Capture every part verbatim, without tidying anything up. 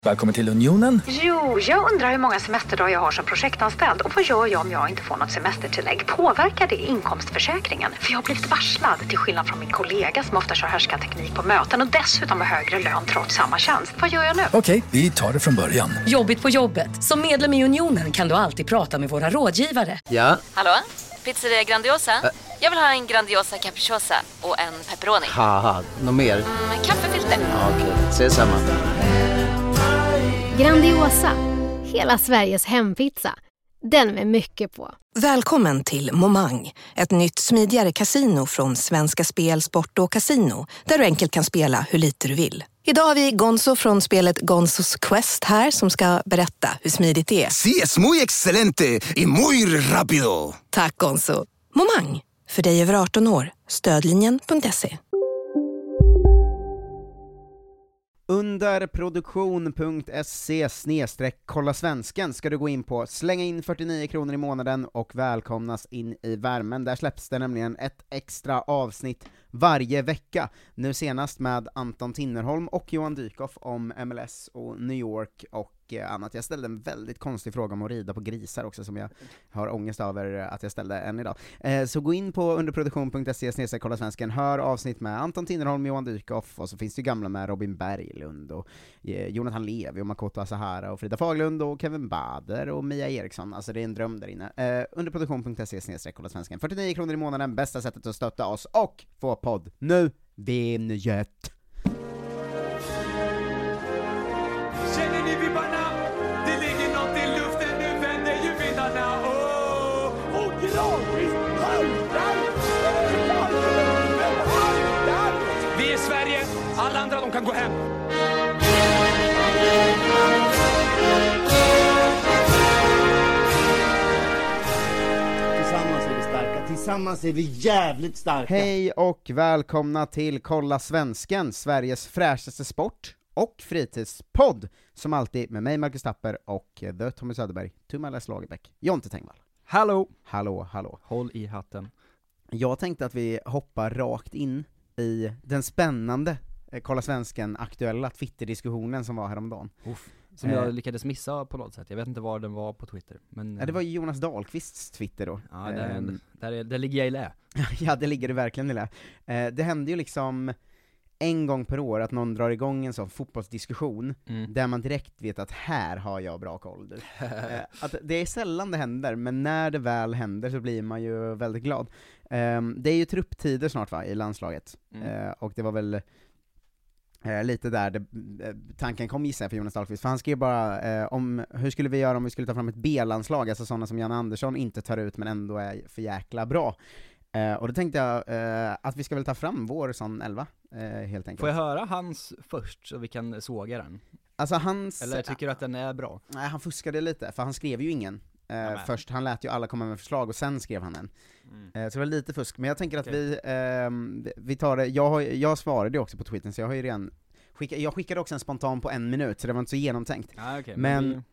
Välkommen till Unionen. Jo, jag undrar hur många semesterdagar jag har som projektanställd. Och vad gör jag om jag inte får något semestertillägg? Påverkar det inkomstförsäkringen? För jag har blivit varslad, till skillnad från min kollega som ofta kör härskarteknik på möten och dessutom har högre lön trots samma tjänst. Vad gör jag nu? Okej, vi tar det från början. Jobbigt på jobbet. Som medlem i Unionen kan du alltid prata med våra rådgivare. Ja? Hallå? Pizzeria Grandiosa? Ä- Jag vill ha en Grandiosa capriciosa och en pepperoni. Haha, något mer? Mm, kaffefilter. Ja, okej, okay. Ses samma. Grandiosa, hela Sveriges hempizza. Den med mycket på. Välkommen till Momang, ett nytt smidigare kasino från Svenska Spel, Sport och Casino, där du enkelt kan spela hur lite du vill. Idag har vi Gonzo från spelet Gonzos Quest här som ska berätta hur smidigt det är. Sí, es muy excelente y muy rápido. Tack Gonzo. Momang, för dig över arton år. Stödlinjen punkt se. Underproduktion punkt se snedstreck kolla svensken ska du gå in på, slänga in fyrtionio kronor i månaden och välkomnas in i värmen. Där släpps det nämligen ett extra avsnitt varje vecka. Nu senast med Anton Tinnerholm och Johan Dykhoff om M L S och New York och annat. Jag ställde en väldigt konstig fråga om att rida på grisar också som jag har ångest över att jag ställde än idag. Eh, så gå in på underproduktion punkt se snedstreck kolla svensken, hör avsnitt med Anton Tinnerholm, Johan Dykhoff, och så finns det ju gamla med Robin Berglund och eh, Jonathan Levi och Makoto Asahara och Frida Faglund och Kevin Bader och Mia Eriksson. Alltså det är en dröm där inne. Eh, underproduktion punkt se snedstreck kolla svensken. fyrtionio kronor i månaden, bästa sättet att stötta oss och få podd. Nu, vinjet! Känner ni vibbarna? Det ligger något i luften, nu vänder ju vindarna. Åh, och gradvis haltar. Vi är Sverige, alla andra de kan gå hem. Tillsammans är vi starka, tillsammans är vi jävligt starka. Hej och välkomna till Kolla Svensken, Sveriges fräschaste sport och fritidspodd, som alltid med mig Marcus Tapper och The Tommy Söderberg, Tumalas Lagerbäck, Jonte Tengvall. Hallå! Hallå, hallå. Håll i hatten. Jag tänkte att vi hoppar rakt in i den spännande eh, Kolla Svensken aktuella Twitter-diskussionen som var häromdagen. Uff. Som eh. jag lyckades missa på något sätt. Jag vet inte var den var på Twitter. Men, ja, det var Jonas Dahlqvists Twitter då. Ja, där, um, där, är, där ligger jag i lä. Ja, det ligger det verkligen i lä. Eh, det händer ju liksom en gång per år att någon drar igång en sån fotbollsdiskussion mm. där man direkt vet att här har jag bra koll. Du. eh, att det är sällan det händer, men när det väl händer så blir man ju väldigt glad. Eh, det är ju trupptider snart va, i landslaget. Mm. Eh, och det var väl eh, lite där det, eh, tanken kom gissa för Jonas Dahlqvist. För han skrev bara eh, om hur skulle vi göra om vi skulle ta fram ett B-landslag, alltså sådana som Jan Andersson inte tar ut men ändå är för jäkla bra. Uh, och då tänkte jag uh, att vi ska väl ta fram vår sån elva, uh, helt enkelt. Får jag höra hans först så vi kan såga den? Alltså hans... Eller tycker du att den är bra? Nej, han fuskade lite, för han skrev ju ingen uh, ja, först. Han lät ju alla komma med förslag och sen skrev han en. Mm. Uh, så det var lite fusk, men jag tänker okay. att vi, uh, vi tar det. Jag, har, jag svarade ju också på Twitter, så jag har ju redan skickat, jag skickade också en spontan på en minut, så det var inte så genomtänkt. Ah, okay, men, men, vi...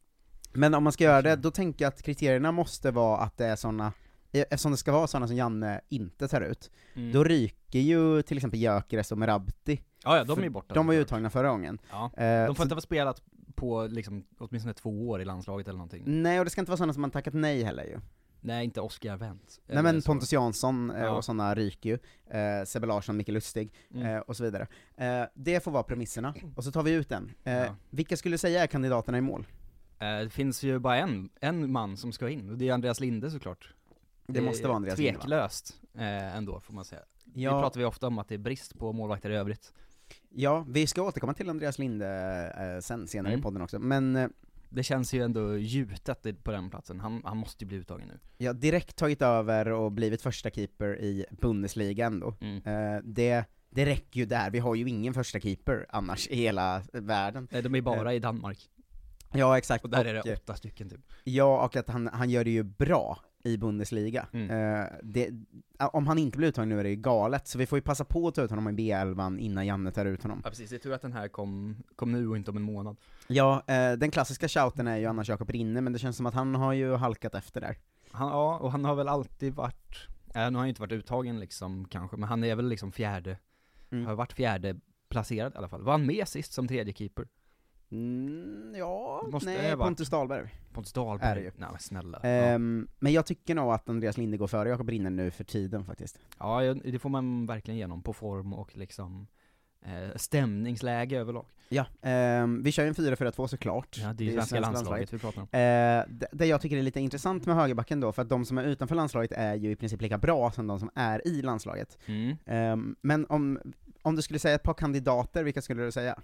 men om man ska göra det, då tänker jag att kriterierna måste vara att det är såna. Eftersom det ska vara sådana som Janne inte tar ut, mm. då ryker ju till exempel Jökeres och Merabti. Ja, ja, de är ju borta. De var ju uttagna förra gången. Ja. Eh, de får så... inte vara spelat på liksom, åtminstone två år i landslaget eller någonting. Nej, och det ska inte vara sådana som man tackat nej heller ju. Nej, inte Oscar Wendt. Nej, men så. Pontus Jansson eh, ja. och sådana ryker ju. Eh, Sebbe Larsson, Micke Lustig mm. eh, och så vidare. Eh, det får vara premisserna. Och så tar vi ut den. Eh, ja. Vilka skulle säga är kandidaterna i mål? Eh, det finns ju bara en, en man som ska in, och det är Andreas Linde såklart. Det måste vara Andreas Linde, tveklöst eh, ändå får man säga. Ja. Vi pratar vi ofta om att det är brist på målvakter i övrigt. Ja, vi ska återkomma till Andreas Linde eh, sen senare mm. i podden också. Men eh, det känns ju ändå gjutet på den platsen. Han, han måste ju bli uttagen nu. Ja, direkt tagit över och blivit första keeper i Bundesliga ändå. Mm. Eh, det, det räcker ju där. Vi har ju ingen första keeper annars i hela världen. Nej, de är bara eh. i Danmark. Ja, exakt. Och där och, är det åtta stycken typ. Ja, och att han, han gör det ju bra i Bundesliga. Mm. Uh, det, om han inte blir uttagen nu är det ju galet, så vi får ju passa på att ta ut honom i B elvan innan Janne tar ut honom. Ja, precis. Det är tur att den här kom, kom nu och inte om en månad. Ja, uh, den klassiska shouten är ju annars Jakob Rinne, men det känns som att han har ju halkat efter där. Han, ja, och han har väl alltid varit, äh, nu har han ju inte varit uttagen liksom kanske, men han är väl liksom fjärde, mm. har varit fjärde placerad i alla fall. Var han med sist som tredje keeper? Mm, ja, Måste nej, vara- Pontus Dahlberg. Pontus Dahlberg. Är det ju. Nej men snälla. Ehm, Men jag tycker nog att Andreas Linde går före Jakob Rinne nu för tiden faktiskt. Ja, ja, det får man verkligen igenom på form och liksom eh, stämningsläge överlag. Ja, ehm, vi kör ju en fyra fyra två såklart. Ja, det är ju svenska svenska landslaget vi pratar om. Eh, det, det jag tycker är lite intressant med högerbacken då, för att de som är utanför landslaget är ju i princip lika bra som de som är i landslaget. Mm. Ehm, men om, om du skulle säga ett par kandidater, vilka skulle du säga?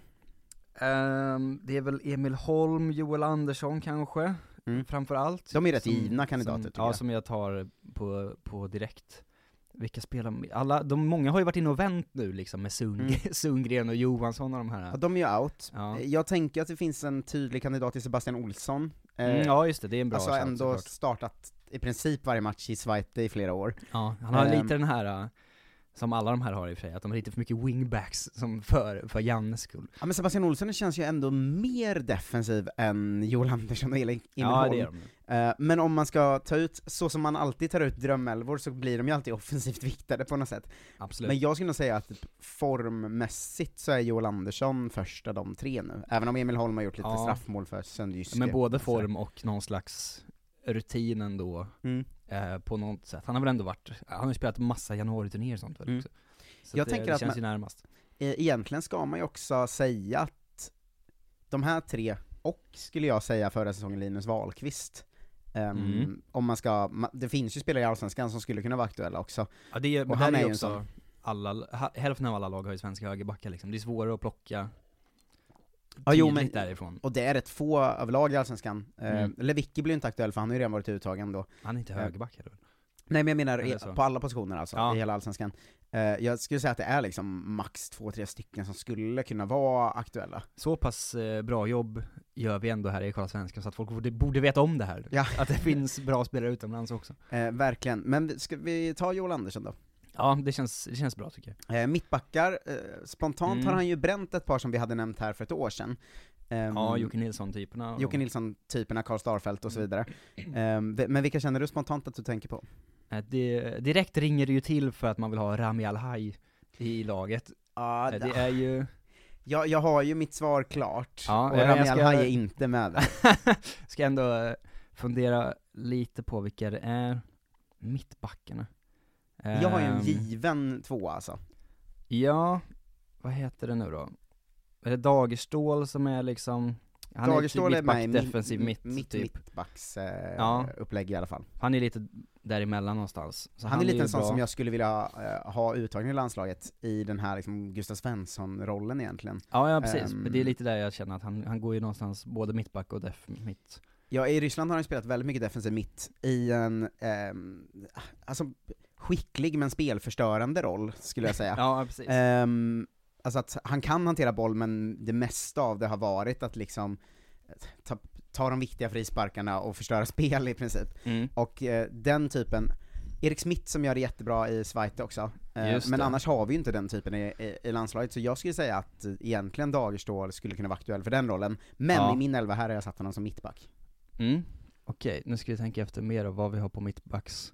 Um, det är väl Emil Holm, Joel Andersson kanske, Mm. framför allt. De är rätt Som- givna kandidater som, tycker Ja, jag. som jag tar på, på direkt. Vilka spelar med? Alla, de, många har ju varit inne och vänt nu liksom med Sund, Mm. Sundgren och Johansson och de här. Ja, de är ju out. Ja. Jag tänker att det finns en tydlig kandidat till Sebastian Olsson. Eh, Mm, ja just det, det är en bra Alltså shout, ändå såklart. startat i princip varje match i Schweiz i flera år. Ja, han har Ehm. lite den här, uh, som alla de här har i och för sig, att de har lite för mycket wingbacks som för, för Jannes skull. Ja, men Sebastian Olsson känns ju ändå mer defensiv än Joel Andersson och Emil Ja, Holm. det är de. Eh, Men om man ska ta ut, så som man alltid tar ut drömelvor, så blir de ju alltid offensivt viktade på något sätt. Absolut. Men jag skulle nog säga att formmässigt så är Joel Andersson första de tre nu. Även om Emil Holm har gjort lite Ja. straffmål för Sönderjyske. Men både form och någon slags rutin ändå, Mm. eh, på något sätt. Han har väl ändå varit, han har ju spelat massa januari-turnéer och sånt väl Mm. också. Så Jag att det, tänker det att känns man- ju närmast. Eh, Egentligen ska man ju också säga att de här tre, och skulle jag säga förra säsongen Linus Wahlqvist, ehm, Mm. om man ska, ma- det finns ju spelare i Allsvenskan som skulle kunna vara aktuella också. Ja, det är, Och men han han är är ju ju en också, sån. alla, ha, hälften av alla lag har ju svenska högerbackar liksom. Det är svårare att plocka Ja, jo, tydligt men- därifrån. Och det är rätt få överlag i Allsvenskan. Mm. Mm. Lewicki blir ju inte aktuell för han har ju redan varit uttagen då. Han är inte Ja. högerback eller? Nej men jag menar Eller i- så. på alla positioner alltså, Ja. i hela Allsvenskan. Eh, jag skulle säga att det är liksom max två, tre stycken som skulle kunna vara aktuella. Så pass eh, bra jobb gör vi ändå här i Kolla Svenska så att folk borde, borde veta om det här. Ja. Att det finns bra spelare utomlands också. Eh, verkligen. Men ska vi ta Joel Andersson då? Ja, det känns, det känns bra tycker jag. Eh, mittbackar, eh, spontant Mm. har han ju bränt ett par som vi hade nämnt här för ett år sedan. Ehm, Ja, Jocke Nilsson-typerna. och- Jocke Nilsson-typerna, Karl Starfelt och så vidare. Ehm, v- men vilka känner du spontant att du tänker på? Eh, Det, direkt ringer det ju till för att man vill ha Rami Al-Haj i laget. Ah, Eh, Det är ju... jag, jag har ju mitt svar klart, Ja, och jag Rami ska- Al-Haj är inte med där. Ska ändå eh, fundera lite på vilka det är. Mittbackarna. Jag har ju en Ehm, given två alltså. Ja, vad heter det nu då? Är det Dagerstål som är liksom... Han Dagerstål är är typ med i mittback, mi- defensiv mitt, mitt typ. mittbacks eh, Ja. upplägg i alla fall. Han är lite däremellan någonstans. Så Han, är lite ju en sån bra. som jag skulle vilja eh, ha uttagen i landslaget i den här liksom Gustav Svensson-rollen egentligen. Ja, ja precis. Ehm, Men det är lite där jag känner att han, han går ju någonstans både mittback och def mitt. Ja, i Ryssland har han spelat väldigt mycket defensiv mitt i en, ehm, alltså skicklig men spelförstörande roll, skulle jag säga. Ja, precis. Ehm, alltså att han kan hantera boll, men det mesta av det har varit att liksom ta, ta de viktiga frisparkarna och förstöra spel i princip. Mm. Och eh, den typen, Erik Smith som gör det jättebra i Schweiz också, eh, Just men det. annars har vi ju inte den typen i, i, i landslaget, så jag skulle säga att eh, egentligen Dagerstål skulle kunna vara aktuell för den rollen, men Ja. i min elva här har jag satt honom som mittback. Mm. Okej, nu ska vi tänka efter mer av vad vi har på mittbacks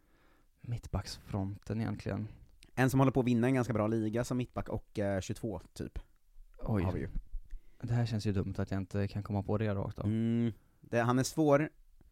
mittbacksfronten egentligen. En som håller på att vinna en ganska bra liga som mittback och eh, tjugotvå typ. Oj, Har vi ju. det här känns ju dumt att jag inte kan komma på det rakt av. Mm, det, han är svår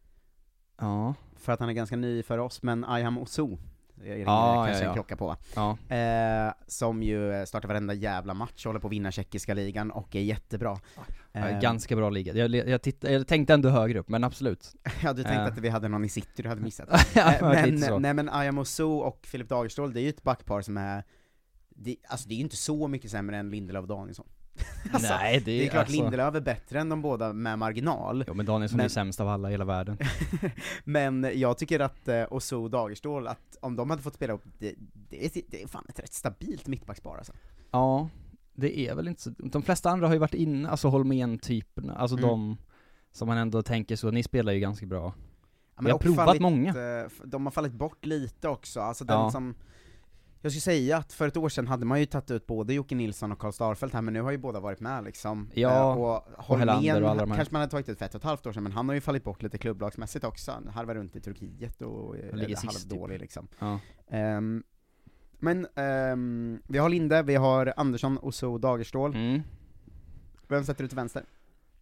Ja. för att han är ganska ny för oss, men Ayham Ozu, det ringer Ja, kanske ja, ja. en klocka på, Ja. eh, som ju startar varenda jävla match, håller på att vinna tjeckiska ligan och är jättebra. Ja, Eh, ganska bra liga. Jag, jag, titt, jag tänkte ändå högre upp, men absolut. Ja, du tänkte Eh. att vi hade någon i City du hade missat. Ja, Eh, men lite så. men, nej men Ayham Ozu och Filip Dagerstål, det är ju ett backpar som är, det, alltså det är ju inte så mycket sämre än Lindelöf och Danielsson. Alltså, Nej, det, det är klart alltså... Lindelöf är bättre än de båda med marginal. Jo, men Danielsson Men- är sämst av alla i hela världen. Men jag tycker att eh, Ozu och Dagerstål, att om de hade fått spela upp, det, det, är, det är fan ett rätt stabilt mittbackspar alltså. Ja, det är väl inte så... De flesta andra har ju varit inne, alltså Holmén-typerna, alltså Mm. de som man ändå tänker så, ni spelar ju ganska bra. Ja, men Jag har och provat fallit, många. eh, f- De har fallit bort lite också, alltså den Ja. som, jag skulle säga att för ett år sedan hade man ju tagit ut både Jocke Nilsson och Karl Starfelt här, men nu har ju båda varit med liksom. Ja, Eh, och Helander Holmén och alla de här. kanske man hade tagit ut för ett och ett halvt år sedan, men han har ju fallit bort lite klubblagsmässigt också. Han harvar runt i Turkiet och Han ligger är sist, typ. halvdålig liksom. Ja. Ehm, men ehm, vi har Linde, vi har Andersson, Ozu och Dagerstål. Mm. Vem sätter du till vänster?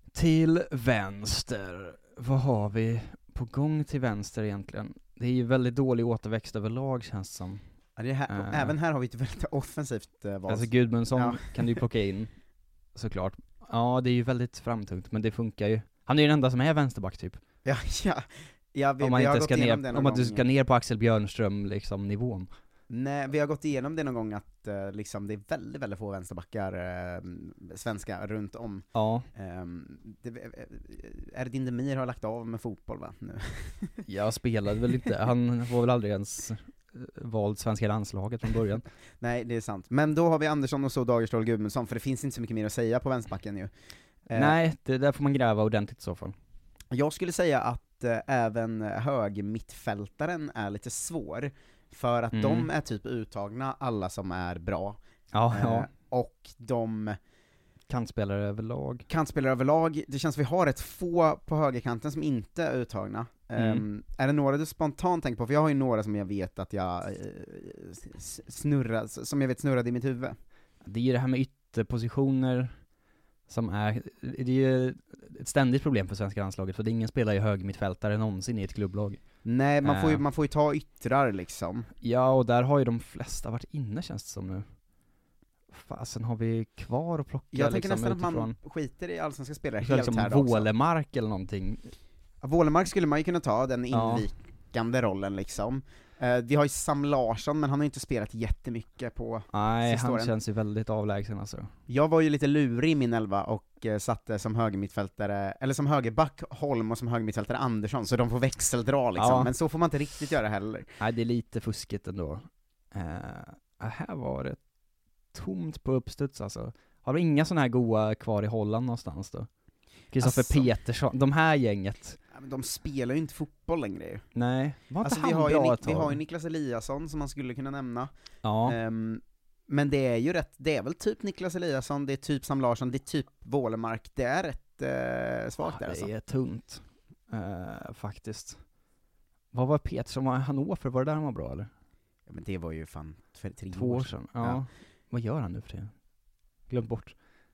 Till vänster. Vad har vi på gång till vänster egentligen? Det är ju väldigt dålig återväxt överlag, känns som. Ja, det är här, uh, även här har vi ett väldigt offensivt uh, val. Alltså Gudmundsson ja. kan du ju plocka in, såklart. Ja, det är ju väldigt framtungt, men det funkar ju. Han är ju den enda som är vänsterback typ. Ja, ja. ja vi, om man vi inte ska ner, om att du gång. ska ner på Axel Björnström liksom nivån. Nej, vi har gått igenom det någon gång att uh, liksom, det är väldigt, väldigt få vänsterbackar uh, svenska runt om. Ja. Um, det, Erdin Demir har lagt av med fotboll, va? Nu. Jag spelade väl inte. Han var väl aldrig ens valt svenska landslaget från början. Nej, det är sant. Men då har vi Andersson och så Dagerstål Gudmundsson, för det finns inte så mycket mer att säga på vänsterbacken ju. Uh, Nej, det där får man gräva ordentligt i så fall. Jag skulle säga att uh, även hög mittfältaren är lite svår. För att mm. de är typ uttagna, alla som är bra. Ja, eh, ja. Och de... Kantspelare överlag. Kantspelare överlag. Det känns som vi har ett få på högerkanten som inte är uttagna. Mm. Um, är det några du spontant tänker på? För jag har ju några som jag vet att jag uh, snurrar, som jag vet snurrade i mitt huvud. Det är ju det här med ytterpositioner som är, det är ju ett ständigt problem för svenska landslaget, för det är ingen spelar ju hög mittfältare någonsin i ett klubblag. Nej, man får ju, man får ju ta yttrar liksom. Ja, och där har ju de flesta varit inne, känns det som nu. Fasen har vi kvar och plocka. Jag liksom, tänker nästan utifrån. att man skiter i allsvenska spelare helt liksom här Wålemark också. Eller någonting. Ja, Wålemark skulle man ju kunna ta, den invikande ja. rollen liksom. Uh, vi har ju Sam Larsson, men han har ju inte spelat jättemycket på Nej, han åren. Känns ju väldigt avlägsen alltså. Jag var ju lite lurig i min elva och uh, satte som högermittfältare, eller som högerback Holm och som högermittfältare Andersson, så de får växeldra liksom, ja. Men så får man inte riktigt göra heller. Nej, det är lite fuskigt ändå. Uh, här var det tomt på uppstuds alltså. Har du inga såna här goa kvar i Holland någonstans då? Kristoffer alltså, Petersson, de här gänget. Men de spelar ju inte fotboll längre ju. Nej, var alltså, vi har, ju Nik- vi har ju Niklas Eliasson som man skulle kunna nämna. Ja. Um, men det är ju rätt, det är väl typ Niklas Eliasson, det är typ Sam Larsson, det är typ Wålemark, det är rätt uh, svagt ja, där alltså. Det är tunt, uh, faktiskt. Vad var Petersson, var Hannover, var det där han var bra eller? Ja, men det var ju fan för tre Två år sedan. Ja. ja. Vad gör han nu för det? Glömt bort.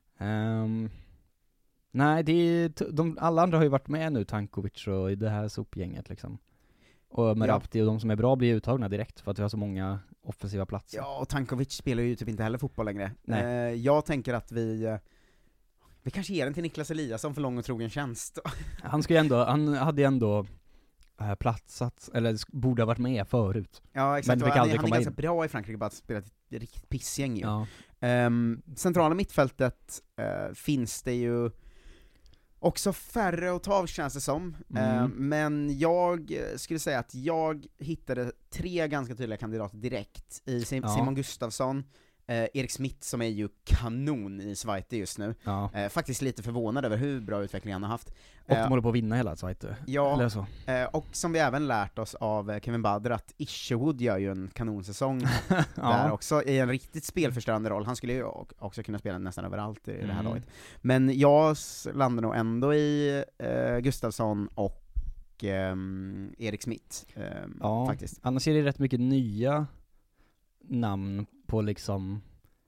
Um, nej, det är t- de, alla andra har ju varit med nu, Tankovic och i det här sopgänget liksom. Och Merabti ja. och de som är bra blir uttagna direkt för att vi har så många offensiva platser. Ja, och Tankovic spelar ju typ inte heller fotboll längre. Nej. Uh, jag tänker att vi... Uh, vi kanske ger den till Niklas Eliasson för lång och trogen tjänst. han ska ju ändå, han hade ju ändå äh, platsat, eller borde ha varit med förut. Ja, exakt. Men han, han är komma ganska in. bra i Frankrike, bara att spela ett riktigt pissgäng ju. Ja. Um, centrala mittfältet uh, finns det ju också färre att ta av, känns det som. Mm. Uh, men jag skulle säga att jag hittade tre ganska tydliga kandidater direkt i Sim- ja. Simon Gustafsson, Uh, Erik Smith som är ju kanon i Zweite just nu. Ja. Uh, faktiskt lite förvånad över hur bra utveckling han har haft. Och de uh, håller på att vinna hela Zweite. Ja, eller så. Uh, och som vi även lärt oss av Kevin Badr att Isherwood gör ju en kanonsäsong ja. där också, i en riktigt spelförstörande roll. Han skulle ju också kunna spela nästan överallt i mm. det här laget. Men jag landar nog ändå i uh, Gustafsson och um, Erik Smith um, ja. faktiskt. Annars är det rätt mycket nya namn på liksom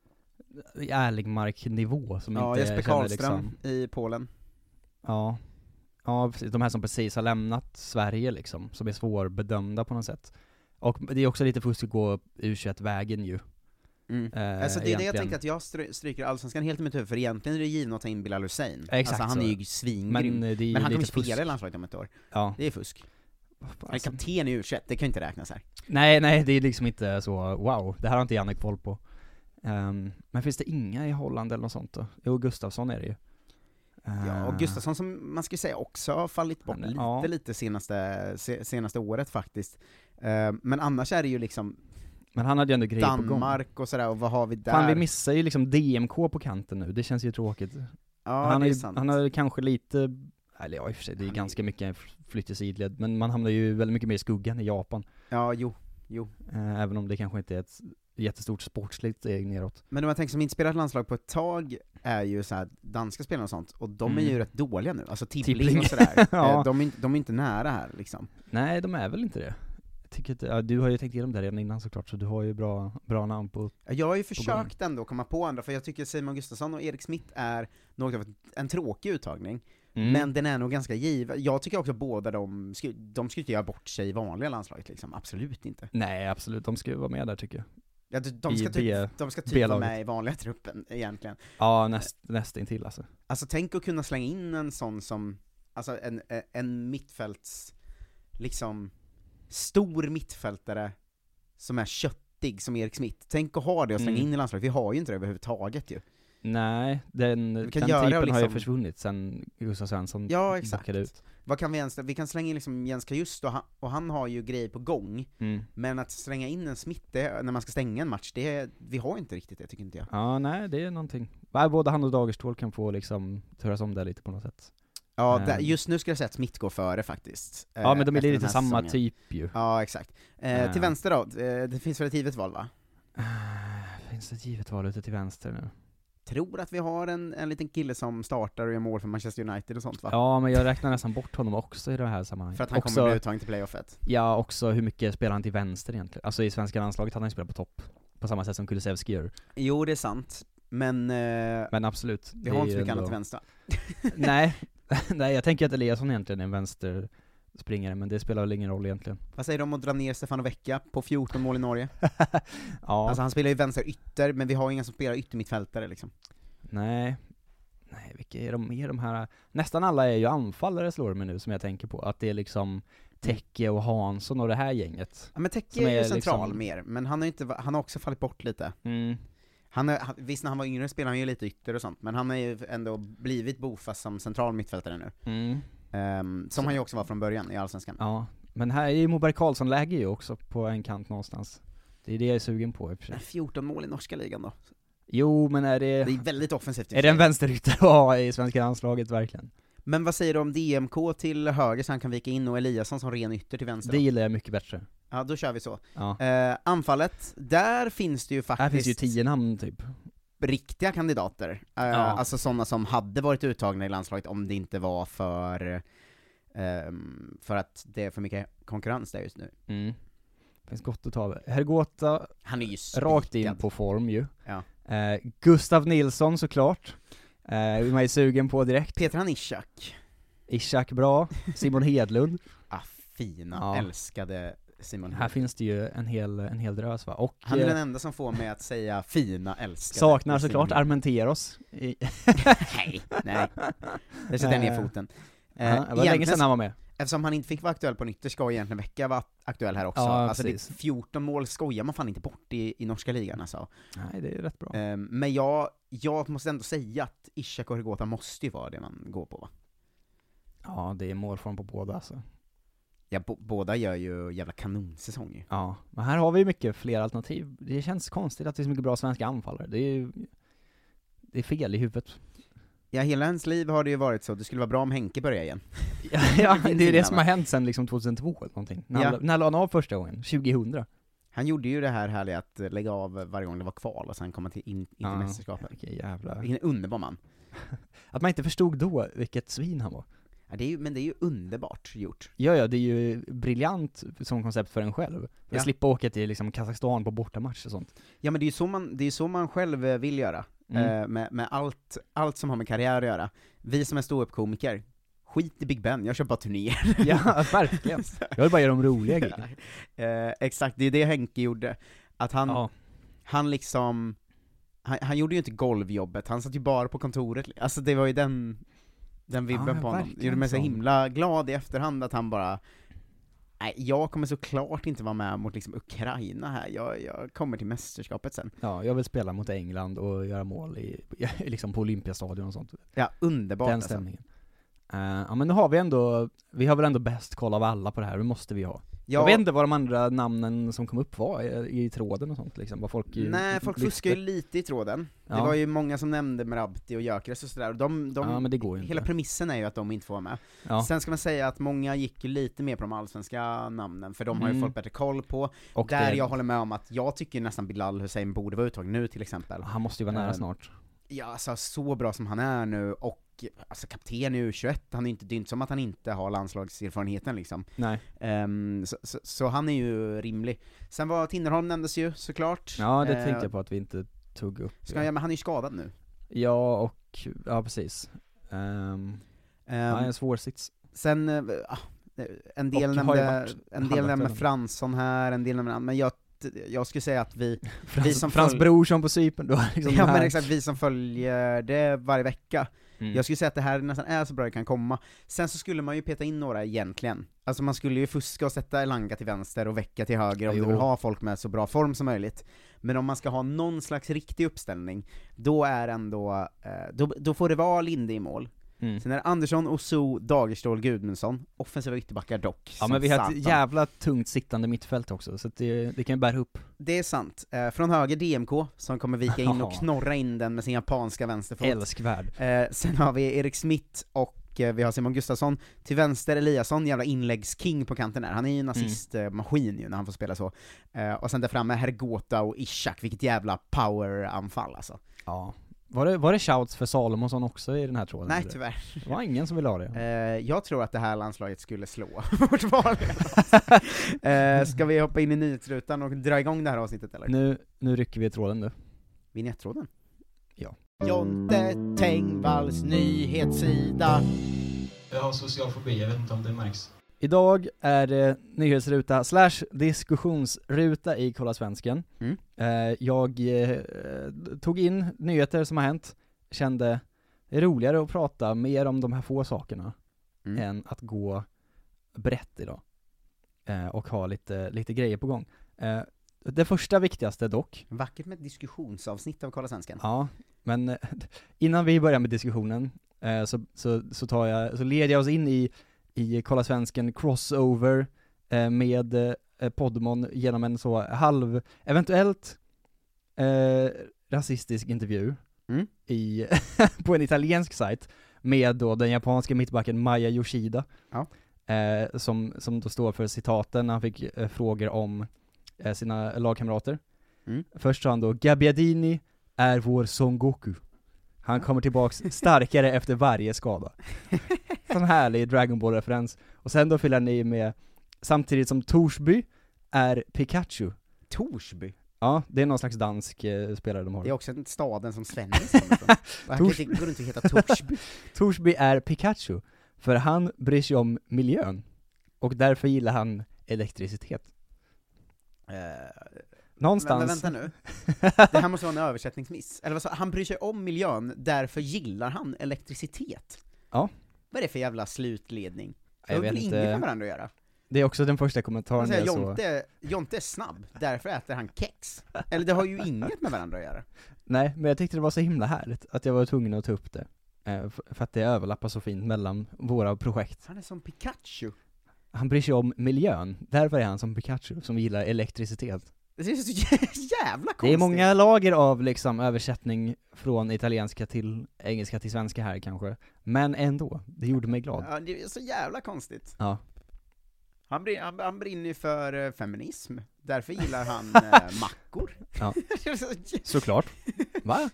Erlingmark-nivå som ja, inte Jesper Karlström liksom... i Polen. Ja. Ja, precis. De här som precis har lämnat Sverige liksom, som är svårbedömda på något sätt. Och det är också lite fusk att gå U tjugoett-vägen ju. Mm. Eh, alltså det är det jag tänkte att jag stry- stryker allsvenskan helt i mitt huvud, för egentligen är det givna att ta in Bilal Hussein. Exakt, alltså han så. är ju svingrym. Men, Men han kommer fusk. spela i landslaget om ett år. Ja. Det är fusk. Han är kapten i U tjugoett, det kan inte räknas här. Nej, nej, det är liksom inte så, wow, det här har inte Jannik koll på. Um, men finns det inga i Holland eller något sånt då? Jo, Gustafsson är det ju. Uh, ja, och Gustafsson som man ska säga också har fallit bort han, lite, ja. lite senaste, se, senaste året faktiskt. Uh, men annars är det ju liksom men han hade ju ändå grejer på gång. Danmark och sådär, och vad har vi där? Fan, vi missar ju liksom D M K på kanten nu, det känns ju tråkigt. Ja, han, det är är, sant. han har kanske lite, eller ja i och för sig, det är han ganska är... mycket flytt i sidled, men man hamnar ju väldigt mycket mer i skuggan i Japan. Ja, jo, jo. Uh, även om det kanske inte är ett jättestort sportsligt steg neråt. Men om jag tänker som inte spelat landslag på ett tag är ju så här danska spelare och sånt, och de mm. är ju rätt dåliga nu, alltså Tibbling, Tibbling. och sådär. ja. de, är, de är inte nära här liksom. Nej, de är väl inte det. Jag tycker att, ja, du har ju tänkt igenom det redan innan såklart, så du har ju bra, bra namn på. Jag har ju försökt ändå komma på andra, för jag tycker Simon Gustafsson och Erik Smith är något av en tråkig uttagning. Mm. Men den är nog ganska given. Jag tycker också båda de, sku, de skulle inte göra bort sig i vanliga landslaget liksom. Absolut inte. Nej, absolut. De ska ju vara med där tycker jag. Ja, de, de, ska typ, de ska typ vara med i vanliga truppen egentligen. Ja, näst, nästintill alltså. Alltså tänk att kunna slänga in en sån som, alltså en, en mittfälts, liksom, stor mittfältare som är köttig som Erik Smith. Tänk att ha det och slänga mm. in i landslaget. Vi har ju inte det överhuvudtaget ju. Nej, den, den typen liksom har ju försvunnit sen Gustav Svensson ja, exakt. ut. Vad kan vi ens, vi kan slänga in liksom Jens Kajust och han, och han har ju grejer på gång. Mm. Men att slänga in en Smith det, när man ska stänga en match, det, vi har inte riktigt det, tycker inte jag. Ja, nej, det är någonting. Både han och Dagerstål kan få liksom turas om det lite på något sätt. Ja, där, just nu ska jag säga att Smith går före faktiskt. Ja, men de är lite samma säsongen. Typ ju. Ja, exakt. Eh, äh. Till vänster då, det finns väl ett givet val, va? Äh, finns det ett givet val ute till vänster nu? Tror att vi har en, en liten kille som startar och gör mål för Manchester United och sånt, va? Ja, men jag räknar nästan bort honom också i det här sammanhanget. För att han också, kommer bli uttagen till playoffet. Ja, också hur mycket spelar han till vänster egentligen? Alltså i svenska landslaget hade han spelat på topp. På samma sätt som Kulusevski gör. Jo, det är sant. Men, eh, men absolut. Vi har inte så mycket annat till vänster. Nej. Nej, jag tänker att Eliasson egentligen är en vänster springare, men det spelar väl ingen roll egentligen. Vad säger du om att dra ner Stefano Vecchia på fjorton mål i Norge? Ja. Alltså han spelar ju vänster ytter, men vi har inga som spelar yttermittfältare liksom. Nej. Nej, vilka är de mer de här? Nästan alla är ju anfallare slår mig nu som jag tänker på. Att det är liksom Tecke och Hansson och det här gänget. Ja, men Tecke är ju är central liksom mer, men han har, inte, han har också fallit bort lite. Mm. Han är, visst när han var yngre spelade han ju lite ytter och sånt, men han har ju ändå blivit bofast som central mittfältare nu. Mm. Um, som Så. han ju också var från början i Allsvenskan. Ja, men här är ju Moberg Karlsson läge ju också på en kant någonstans. Det är det jag är sugen på i och för sig. fjorton mål i norska ligan då. Jo, men är det... Det är väldigt offensivt. Är det en vänsterytter att ha i svenska landslaget verkligen? Men vad säger du om D M K till höger så han kan vika in och Eliasson som ren ytter till vänster? Det gillar jag mycket bättre. Ja, då kör vi så. Ja. Uh, anfallet, där finns det ju faktiskt... Här finns ju tio namn typ. Riktiga kandidater. Uh, ja. Alltså sådana som hade varit uttagna i landslaget om det inte var för... Um, för att det är för mycket konkurrens där just nu. Mm. Det finns gott att ta. Hergota, han är ju rakt in på form ju. Ja. Uh, Gustav Nilsson såklart. Uh, är man är sugen på direkt. Peter han Ishak. Ishak bra. Simon Hedlund. Ah, fina, ja. Älskade Simon Hedlund. Här finns det ju en hel, en hel drös va. Och, han är uh, den enda som får mig att säga fina, älskade. Saknar såklart Armenteros. nej, nej. Det sätter ner foten. Uh, det var länge sedan han var med. Eftersom han inte fick vara aktuell på nytt, ska egentligen Vecka vara aktuell här också. Ja, alltså det, fjorton mål skojar man fan inte bort i, i norska ligan alltså. Nej, det är rätt bra. Um, men jag, jag måste ändå säga att Ishak och Hergota måste ju vara det man går på, va? Ja, det är målform på båda alltså. Ja, b- båda gör ju jävla kanonsäsonger. Ja, men här har vi mycket fler alternativ. Det känns konstigt att det är så mycket bra svenska anfallare. Det är ju det är fel i huvudet. Ja, hela hans liv har det ju varit så. Det skulle vara bra om Henke börjar igen. ja, ja, det är det som har hänt sen liksom tjugohundratvå eller någonting. När, ja. när la han av första gången? tjugohundra. Han gjorde ju det här härliga att lägga av varje gång det var kval och sen komma till in, in till ja, mästerskapet. Vilken jävla... Vilken underbar man. Att man inte förstod då vilket svin han var. Ja, det är ju, men det är ju underbart gjort. Ja, ja, det är ju briljant som koncept för en själv. För ja. att slippa åka till liksom Kazakstan på bortamatch och sånt. Ja, men det är ju så man, det är så man själv vill göra. Mm. Eh, med med allt, allt som har med karriär att göra. Vi som är ståuppkomiker, skit i Big Ben, jag kör bara turnéer. Ja, verkligen. Jag vill bara göra de roliga grejerna. eh, Exakt, det är det Henke gjorde. Att han, ja. han liksom, han, han gjorde ju inte golvjobbet, han satt ju bara på kontoret. Alltså det var ju den, den vibben ja, på honom. Det gjorde mig så himla glad i efterhand att han bara, nej, jag kommer såklart inte vara med mot liksom Ukraina här. Jag, jag kommer till mästerskapet sen. Ja, jag vill spela mot England och göra mål i, liksom på Olympiastadion och sånt. Ja, underbart. Den stämningen. Alltså. Uh, ja, men nu har vi ändå, vi har väl ändå bäst koll av alla på det här. Det måste vi ha. Ja. Jag vet inte vad de andra namnen som kom upp var i, i tråden och sånt liksom. Vad folk ju, Nej, folk fuskar ju lite i tråden. Ja. Det var ju många som nämnde Merabti och Gyökeres och sådär. De, de, ja, men det går ju inte. Hela premissen är ju att de inte får vara med. Ja. Sen ska man säga att många gick ju lite mer på de allsvenska namnen, för de har ju mm. fått bättre koll på. Och där det... jag håller med om att jag tycker nästan Bilal Hussein borde vara uttagen nu till exempel. Han måste ju vara nära uh, snart. Ja, alltså så bra som han är nu, och alltså kapten i U tjugoett, han är inte, det är inte som att han inte har landslagserfarenheten liksom. Nej. Um, så, så, så han är ju rimlig. Sen var Tinnerholm nämndes ju såklart. Ja, det uh, tänkte jag på att vi inte tog upp. Ska, ja, men han är ju skadad nu. Ja, och ja, precis. Um. Um, ja, en svår sits. Sen, uh, en del Och nämnde, en del nämnde Fransson här, en del nämnde, men jag jag skulle säga att vi, Frans, vi som Frans följ... Brorsson på Cypern då liksom. Ja men exakt, vi som följer det varje vecka. Mm. Jag skulle säga att det här nästan är så bra det kan komma. Sen så skulle man ju peta in några egentligen. Alltså man skulle ju fuska och sätta Elanga till vänster och Vecka till höger om jo. du vill ha folk med så bra form som möjligt. Men om man ska ha någon slags riktig uppställning, då är ändå, eh, då, då får det vara Linde i mål. Mm. Sen är det Andersson, Oso, Dagerstål, Gudmundsson. Offensiva ytterbackar dock. Ja men vi har ett jävla tungt sittande mittfält också, så att det, det kan ju bära upp. Det är sant. Eh, från höger D M K, som kommer vika in och knorra in den med sin japanska vänsterfot. Älskvärd. Eh, sen har vi Erik Smith och eh, vi har Simon Gustafsson. Till vänster Eliasson, jävla inläggsking på kanten där. Han är ju en assistmaskin mm. ju när han får spela så. Eh, och sen där framme Hergota och Ishak, vilket jävla poweranfall alltså. Ja. Var det, var det shouts för Salomonsson också i den här tråden? Nej, eller? tyvärr. Det var ingen som ville ha det. Eh, jag tror att det här landslaget skulle slå vårt vanliga eh, Ska vi hoppa in i nyhetsrutan och dra igång det här avsnittet eller? Nu, nu rycker vi i tråden nu. Vignettråden? Ja. Jonte Tengvalls nyhetssida. Jag har social fobi, jag vet inte om det märks. Idag är det nyhetsruta slash diskussionsruta i Kolla Svensken. Mm. Eh, jag eh, tog in nyheter som har hänt. Kände det är roligare att prata mer om de här få sakerna mm. än att gå brett idag. Eh, och ha lite, lite grejer på gång. Eh, det första viktigaste dock. Vackert med ett diskussionsavsnitt av Kolla Svensken. Ja, men eh, innan vi börjar med diskussionen eh, så, så, så, tar jag, så leder jag oss in i i Kolla Svensken crossover eh, med eh, Podmon genom en så halv, eventuellt eh, rasistisk intervju mm. i på en italiensk sajt med då den japanska mittbacken Maya Yoshida ja. eh, som, som då står för citaten när han fick eh, frågor om eh, sina lagkamrater. Mm. Först sa han då, Gabbiadini är vår Son Goku. Han kommer tillbaks starkare efter varje skada. Sån härlig Dragon Ball-referens. Och sen då fyller han i med, samtidigt som Torsby är Pikachu. Torsby? Ja, det är någon slags dansk eh, spelare de har. Det är också en staden som Svennis. Tors- går det inte att heta Torsby? Torsby är Pikachu, för han bryr sig om miljön. Och därför gillar han elektricitet. Uh... Någonstans. Men, men vänta nu. Det här måste vara en översättningsmiss. Eller vad så, han bryr sig om miljön, därför gillar han elektricitet. Ja. Vad är det för jävla slutledning? Det jag har vet väl inte. inget med varandra att göra? Det är också den första kommentaren. Säga, så... Jonte, Jonte är snabb, därför äter han kex. Eller det har ju inget med varandra att göra. Nej, men jag tyckte det var så himla härligt att jag var tvungen att ta upp det. För att det överlappar så fint mellan våra projekt. Han är som Pikachu. Han bryr sig om miljön. Därför är han som Pikachu, som gillar elektricitet. Det är så jävla konstigt. Det är många lager av liksom översättning från italienska till engelska till svenska här kanske. Men ändå, det gjorde mig glad. Ja, det är så jävla konstigt. Ja. Han, brin, han, han brinner ju för uh, feminism. Därför gillar han uh, mackor. Ja. Såklart. Va?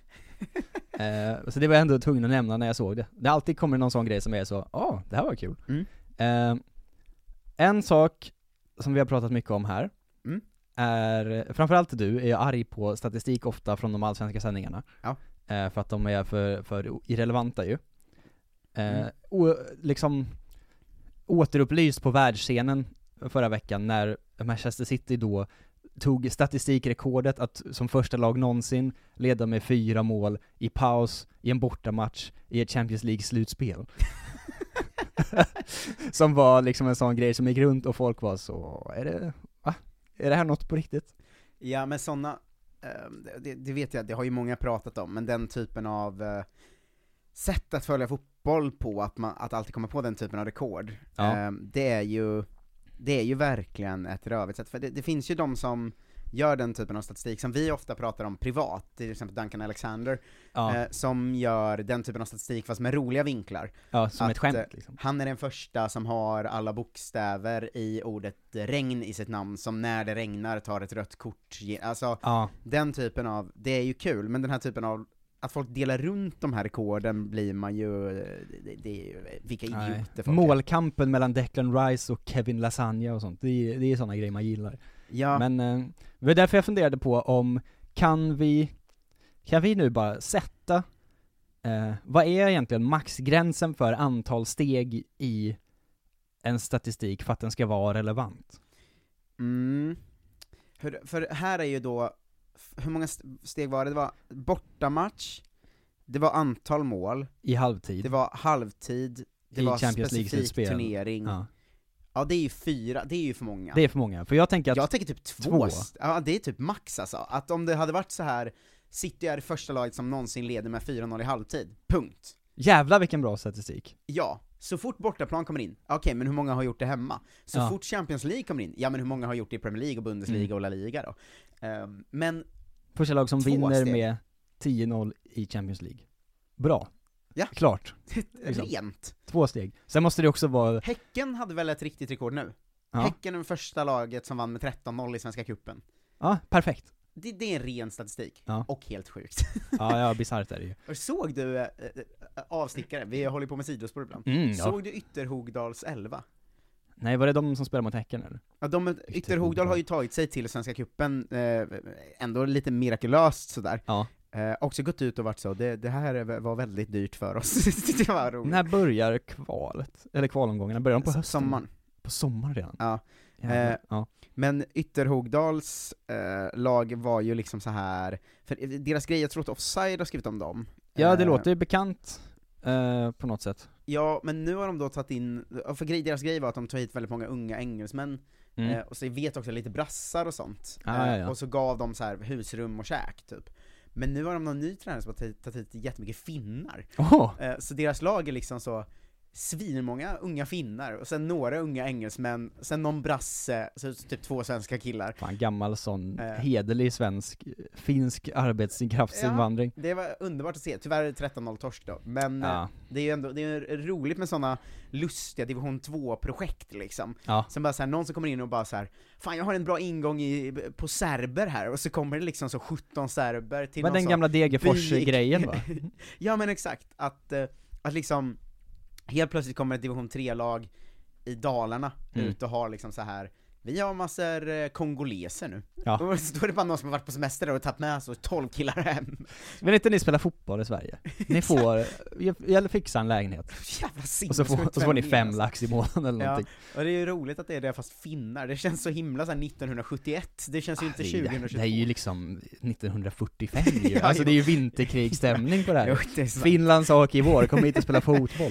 eh, så det var jag ändå tvungen att nämna när jag såg det. Det alltid kommer någon sån grej som är så, ja, oh, det här var kul. Mm. Eh, en sak som vi har pratat mycket om här mm. är, framförallt du är arg på statistik ofta från de allsvenska sändningarna. Ja. Eh, för att de är för, för irrelevanta ju. Eh, mm. o, liksom återupplyst på världsscenen förra veckan när Manchester City då tog statistikrekordet att som första lag någonsin leda med fyra mål i paus i en bortamatch i ett Champions League-slutspel. Som var liksom en sån grej som gick runt och folk var så, är det, va? Är det här något på riktigt? Ja, men såna, det, det vet jag, det har ju många pratat om, men den typen av sätt att följa fotboll på, att man att alltid komma på den typen av rekord, ja. det är ju det är ju verkligen ett rövigt sätt, för det, det finns ju de som gör den typen av statistik som vi ofta pratar om privat, till exempel Duncan Alexander, ja. eh, som gör den typen av statistik fast med roliga vinklar. Ja, som att, ett skämt liksom. Han är den första som har alla bokstäver i ordet regn i sitt namn, som när det regnar tar ett rött kort. Alltså, ja. den typen av, det är ju kul, men den här typen av att folk delar runt de här rekorden blir man ju, det, det är ju, vilka idioter folk Målkampen är. Mellan Declan Rice och Kevin Lasagna och sånt, det är, det är sådana grejer man gillar. Ja. Men eh, det var därför jag funderade på om kan vi kan vi nu bara sätta Eh, vad är egentligen maxgränsen för antal steg i en statistik för att den ska vara relevant? Mm. Hur, för här är ju då, hur många steg var det? Det var bortamatch, det var antal mål, i halvtid, det var halvtid, det i var Champions specifik League turnering. Ja. Ja, det är ju fyra, det är ju för många. Det är för många, för jag tänker att jag tänker typ två. två. Ja, det är typ max alltså. Att om det hade varit så här, City är det första laget som någonsin leder med fyra noll i halvtid. Punkt. Jävlar vilken bra statistik. Ja, så fort bortaplan kommer in, okej, okay, men hur många har gjort det hemma? Så ja. fort Champions League kommer in, ja men hur många har gjort det i Premier League och Bundesliga mm. och La Liga då? Um, men första lag som vinner steg. med tio noll i Champions League. Bra. Ja. Klart. Liksom. Rent. Två steg. Sen måste det också vara... Häcken hade väl ett riktigt rekord nu? Ja. Häcken är det första laget som vann med tretton noll i Svenska cupen. Ja, perfekt. Det, det är en ren statistik. Ja. Och helt sjukt. Ja, ja, bisarrt är det ju. Och såg du, äh, avstickare, vi håller på med sidospår ibland. Mm, ja. Såg du Ytterhogdals elva? Nej, var det de som spelar mot Häcken eller? Ja, de, Ytterhogdal har ju tagit sig till Svenska cupen, eh, ändå lite mirakulöst sådär. Ja. Eh, också gått ut och varit så, det, det här var väldigt dyrt för oss. Det var roligt. När börjar kvalet? Eller kvalomgångarna? Börjar de på hösten? Sommaren. På sommaren redan? Ja. Eh, ja. Men Ytterhogdals eh, lag var ju liksom så här, för deras grej, jag tror att Offside har skrivit om dem. Ja, det eh, låter bekant eh, på något sätt. Ja, men nu har de då tagit in, för grej, deras grej var att de tog hit väldigt många unga engelsmän, mm. eh, och så vet också lite brassar och sånt. Ah, eh, ja, ja. Och så gav de så här husrum och käk typ. Men nu har de någon ny tränare som har tagit hit jättemycket finnar. Oh. Eh, så deras lag är liksom så svinmånga unga finnar, och sen några unga engelsmän, sen någon brasse, så typ två svenska killar. Fan, gammal sån eh. hederlig svensk, finsk arbetskraftsinvandring. Ja, det var underbart att se. Tyvärr är det tretton noll torsk då, men ja. det är ju ändå, det är roligt med såna lustiga division två-projekt liksom. Ja. Som bara så här, någon som kommer in och bara så här, fan jag har en bra ingång i, på serber här, och så kommer det liksom så sjutton serber till men den gamla Degerfors-grejen va? Ja men exakt, att, att liksom helt plötsligt kommer ett division tre-lag i Dalarna mm. ut och har liksom så här, vi har massor kongoleser nu. Ja. Och så är det bara någon som har varit på semester och tagit med så tolv killar hem. Vill inte ni spela fotboll i Sverige? Ni får, eller fixa en lägenhet. Jävla och så får, och så får ni fem lax i månaden eller någonting. Ja, och det är ju roligt att det är det fast finnar. Det känns så himla så här nittonhundrasjuttioett. Det känns ju ah, inte tjugohundratjugotvå. Det är ju liksom nittonhundrafyrtiofem ju. Alltså det är ju vinterkrigsstämning på det här. Jo, det Finlands sak i vår, kommer hit och spela fotboll.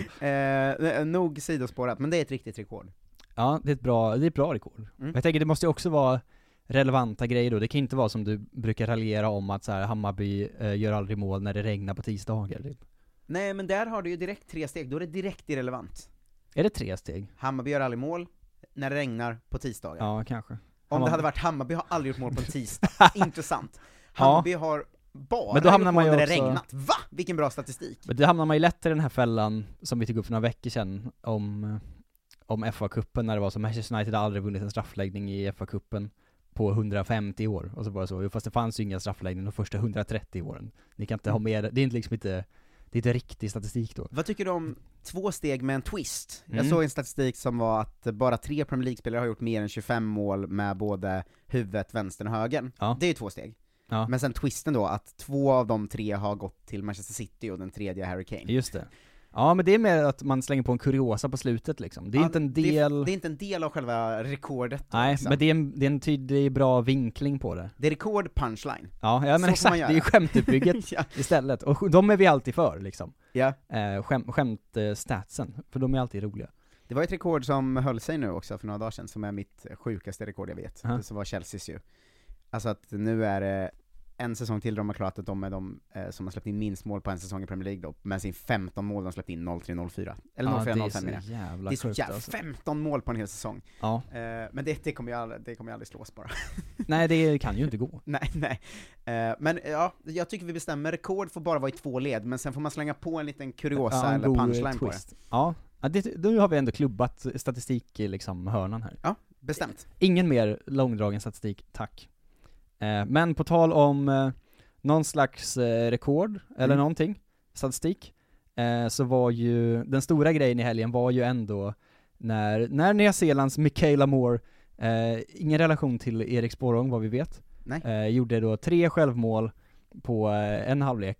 Eh, nog sidospårat, men det är ett riktigt rekord. Ja, det är ett bra, det är ett bra rekord. Mm. Jag tänker det måste ju också vara relevanta grejer då. Det kan inte vara som du brukar raljera om att så här, Hammarby eh, gör aldrig mål när det regnar på tisdagar. Typ. Nej, men där har du ju direkt tre steg. Då är det direkt irrelevant. Är det tre steg? Hammarby gör aldrig mål när det regnar på tisdagar. Ja, kanske. Om Hammarby... det hade varit Hammarby har aldrig gjort mål på en tisdag. Intressant. Hammarby ja. har bara men då hamnar man ju när också... det regnat. Va? Vilken bra statistik. Men då hamnar man ju lätt i den här fällan som vi tog upp för några veckor sedan om... om F A-cupen när det var så Manchester United har aldrig vunnit en straffläggning i F A-cupen på hundrafemtio år, och så bara så, fast det fanns ju inga straffläggningar de första hundratrettio åren. Ni kan inte ha med, det är inte liksom inte, det är inte riktig statistik då. Vad tycker du om två steg med en twist? Mm. Jag såg en statistik som var att bara tre Premier League-spelare har gjort mer än tjugofem mål med både huvudet, vänstern och högern. Ja. Det är ju två steg. Ja. Men sen twisten då, att två av de tre har gått till Manchester City och den tredje Harry Kane. Just det. Ja, men det är mer att man slänger på en kuriosa på slutet liksom. Det är ja, inte en del... Det är, det är inte en del av själva rekordet. Då, nej, liksom. Men det är en, det är en tydlig bra vinkling på det. Det är rekord punchline. Ja, ja men så exakt, det är ju skämtuppbygget ja. istället. Och de är vi alltid för liksom. Ja. Eh, skäm, skämtstatsen, för de är alltid roliga. Det var ett rekord som höll sig nu också för några dagar sedan, som är mitt sjukaste rekord jag vet. Uh-huh. Det som var Chelseas ju. Alltså att nu är det en säsong till de har klarat att de är de eh, som har släppt in minst mål på en säsong i Premier League då, med sin femton mål de släppt in noll tre noll fyra. Eller noll fyra noll fem menar jag. Det är så jävla alltså. femton mål på en hel säsong. Ja. Eh, men det, det kommer ju aldrig, det kommer ju aldrig slås bara. Nej, det kan ju inte gå. nej, nej. Eh, men ja, jag tycker vi bestämmer, rekord får bara vara i två led, men sen får man slänga på en liten kuriosa ja, en eller punchline på det. Ja, ja det, nu har vi ändå klubbat statistik liksom hörnan här. Ja, bestämt. Ingen mer långdragen statistik, tack. Men på tal om eh, någon slags eh, rekord eller mm. någonting, statistik, eh, så var ju den stora grejen i helgen var ju ändå när, när Nya Zeelands Michaela Moore, eh, ingen relation till Erik Sporrong vad vi vet, eh, gjorde då tre självmål på eh, en halvlek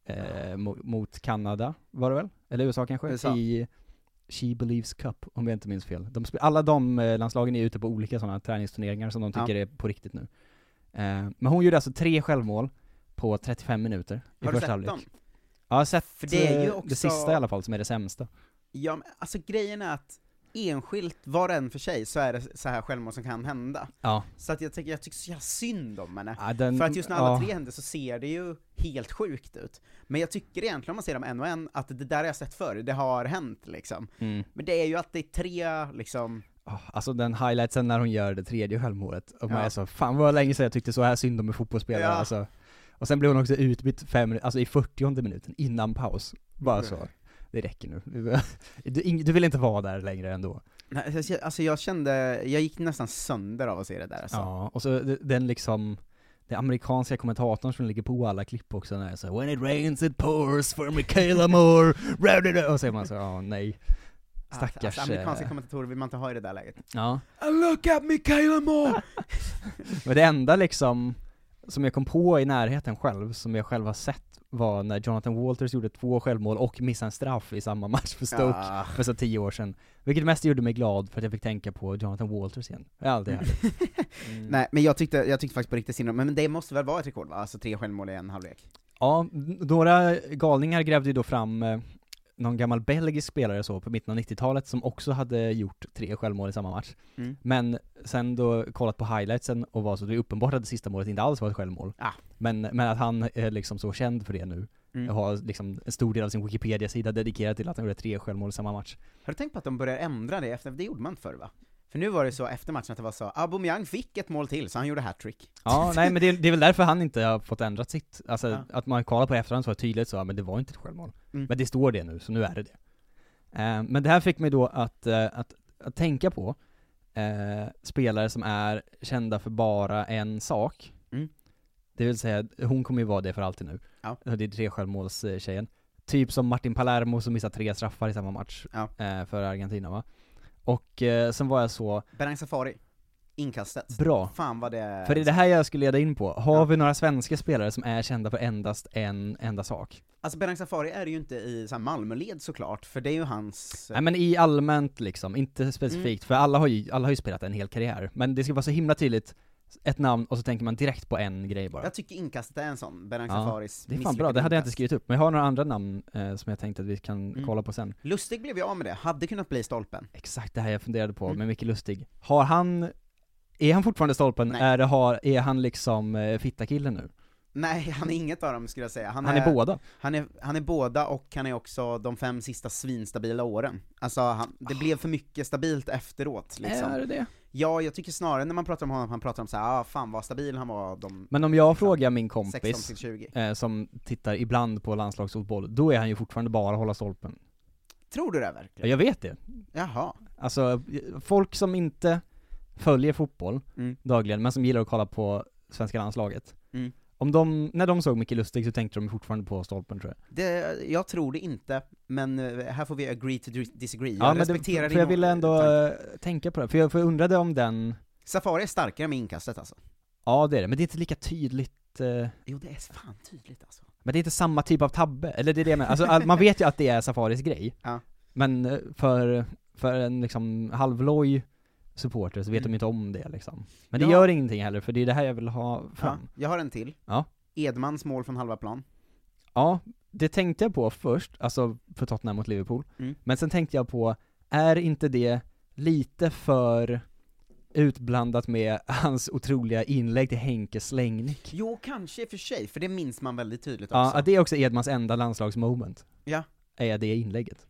eh, mot, mot Kanada, var det väl? Eller U S A kanske? U S A. I She Believes Cup, om jag inte minns fel. De sp- alla de eh, landslagen är ute på olika sådana träningsturneringar som de tycker Ja. är på riktigt nu. Eh, men hon gjorde alltså tre självmål på trettiofem minuter i Har du första sett halvlek. dem? Ja, jag har sett För det är ju eh, också- det sista i alla fall som är det sämsta. Ja, men alltså grejen är att enskilt, var och en för sig, så är det så här självmål som kan hända. Ja. Så att jag tycker, jag tycker så jävla synd om henne. Ja, den- för att just när alla ja. tre händer så ser det ju helt sjukt ut. Men jag tycker egentligen, om man ser dem en och en, att det där har jag sett förr, det har hänt liksom. Mm. Men det är ju att det är tre liksom... Oh, alltså den highlightsen när hon gör det tredje självmålet, och man Ja. är så, fan vad länge sedan jag tyckte så här synd om en fotbollsspelare, Ja. alltså. Och sen blev hon också utbytt fem minuter, alltså i fyrtionde minuten, innan paus. Bara Mm. så, det räcker nu. Du, ing- du vill inte vara där längre ändå. Nej, alltså jag kände, jag gick nästan sönder av att se det där alltså. Ja, och så d- den liksom, den amerikanska kommentatorn som ligger på alla klipp också, när det är så, when it rains it pours for Michaela Moore, och så är man så, ja nej. Stackars... Alltså, amerikanska eh, kommentatorer vill man inte ha i det där läget. Ja. Look at Michaela Moore! Men det enda liksom som jag kom på i närheten själv, som jag själv har sett, var när Jonathan Walters gjorde två självmål och missade en straff i samma match för Stoke Ah. för så tio år sedan. Vilket mest gjorde mig glad för att jag fick tänka på Jonathan Walters igen. Det är alltid härligt. Mm. Nej, men jag tyckte, jag tyckte faktiskt på riktigt synd om, men det måste väl vara ett rekord va? Alltså tre självmål i en halvlek. Ja, några galningar grävde ju då fram eh, någon gammal belgisk spelare så på mitten av nittiotalet som också hade gjort tre självmål i samma match. Mm. Men sen då kollat på highlightsen och var så det är uppenbart att det sista målet inte alls var ett självmål. Ah. Men, men att han är liksom så känd för det nu. Mm. Jag har liksom en stor del av sin Wikipedia-sida dedikerad till att han gjorde tre självmål i samma match. Har du tänkt på att de börjar ändra det efter, det gjorde man inte förr va? För nu var det så efter matchen att det var så, Aubameyang fick ett mål till så han gjorde hattrick. Ja, nej men det, det är väl därför han inte har fått ändrat sitt. Alltså Ja. att man kollar på efterhand så var det tydligt så, men det var inte ett självmål. Mm. Men det står det nu, så nu är det det. Eh, men det här fick mig då att, eh, att, att tänka på eh, spelare som är kända för bara en sak. Mm. Det vill säga, hon kommer ju vara det för alltid nu. Ja. Det är tre självmålstjejen. Typ som Martin Palermo som missade tre straffar i samma match Ja. eh, för Argentina va? Och eh, sen var jag så... Berang Safari, inkastet. Bra. Fan vad det... För det är det här jag skulle leda in på. Har Ja. vi några svenska spelare som är kända för endast en enda sak? Alltså Berang Safari är ju inte i så här Malmöled såklart, för det är ju hans... Nej men i allmänt liksom, inte specifikt, för alla har, ju, alla har ju spelat en hel karriär. Men det ska vara så himla tydligt, ett namn och så tänker man direkt på en grej bara. Jag tycker inkastet är en sån, Berang Ja, Safaris det är fan bra, det hade jag inte skrivit upp. Men jag har några andra namn eh, som jag tänkte att vi kan Mm. kolla på sen. Lustig blev jag av med det, hade kunnat bli stolpen. Exakt det här jag funderade på Mm. med Micke Lustig. Har han, är han fortfarande stolpen? Nej. Är, det har, är han liksom eh, fitta-killen nu? Nej, han är inget av dem skulle jag säga. Han är båda. Han är, han är båda och han är också de fem sista svinstabila åren. Alltså, han, det blev för mycket stabilt efteråt liksom. Är det det? Ja, jag tycker snarare när man pratar om honom, han pratar om så här, ah, fan vad stabil han var de Men om jag frågar min sexton kompis till tjugo. eh, som tittar ibland på landslagsfotboll, då är han ju fortfarande bara hålla stolpen. Tror du det Ja, verkligen? jag vet det. Jaha. Alltså, folk som inte följer fotboll Mm. dagligen, men som gillar att kolla på svenska landslaget. Mm. Om de, när de såg Micke Lustig så tänkte de fortfarande på stolpen tror jag. Det, jag tror det inte, men eh, här får vi agree to dis- disagree. Jag Ja, men det, respekterar för jag din ville ändå tanke. eh, tänka på det, för jag, för jag undrade om den... Safari är starkare med inkastet alltså. Ja det är det, men det är inte lika tydligt... Eh, Jo, det är fan tydligt alltså. men det är inte samma typ av tabbe, eller det är det jag menar. Alltså, all, man vet ju att det är Safaris grej, Ja. men eh, för, för en liksom halvloj supporter så vet Mm. de inte om det liksom. Men det Ja. gör ingenting heller, för det är det här jag vill ha Ja, fram. jag har en till. Ja. Edmans mål från halva plan. Ja, det tänkte jag på först, alltså för Tottenham mot Liverpool. Mm. Men sen tänkte jag på, är inte det lite för utblandat med hans otroliga inlägg till Henke Slängnick? Jo, kanske i och för sig, för det minns man väldigt tydligt Ja, också. att det är också Edmans enda landslagsmoment. Ja. Är det inlägget.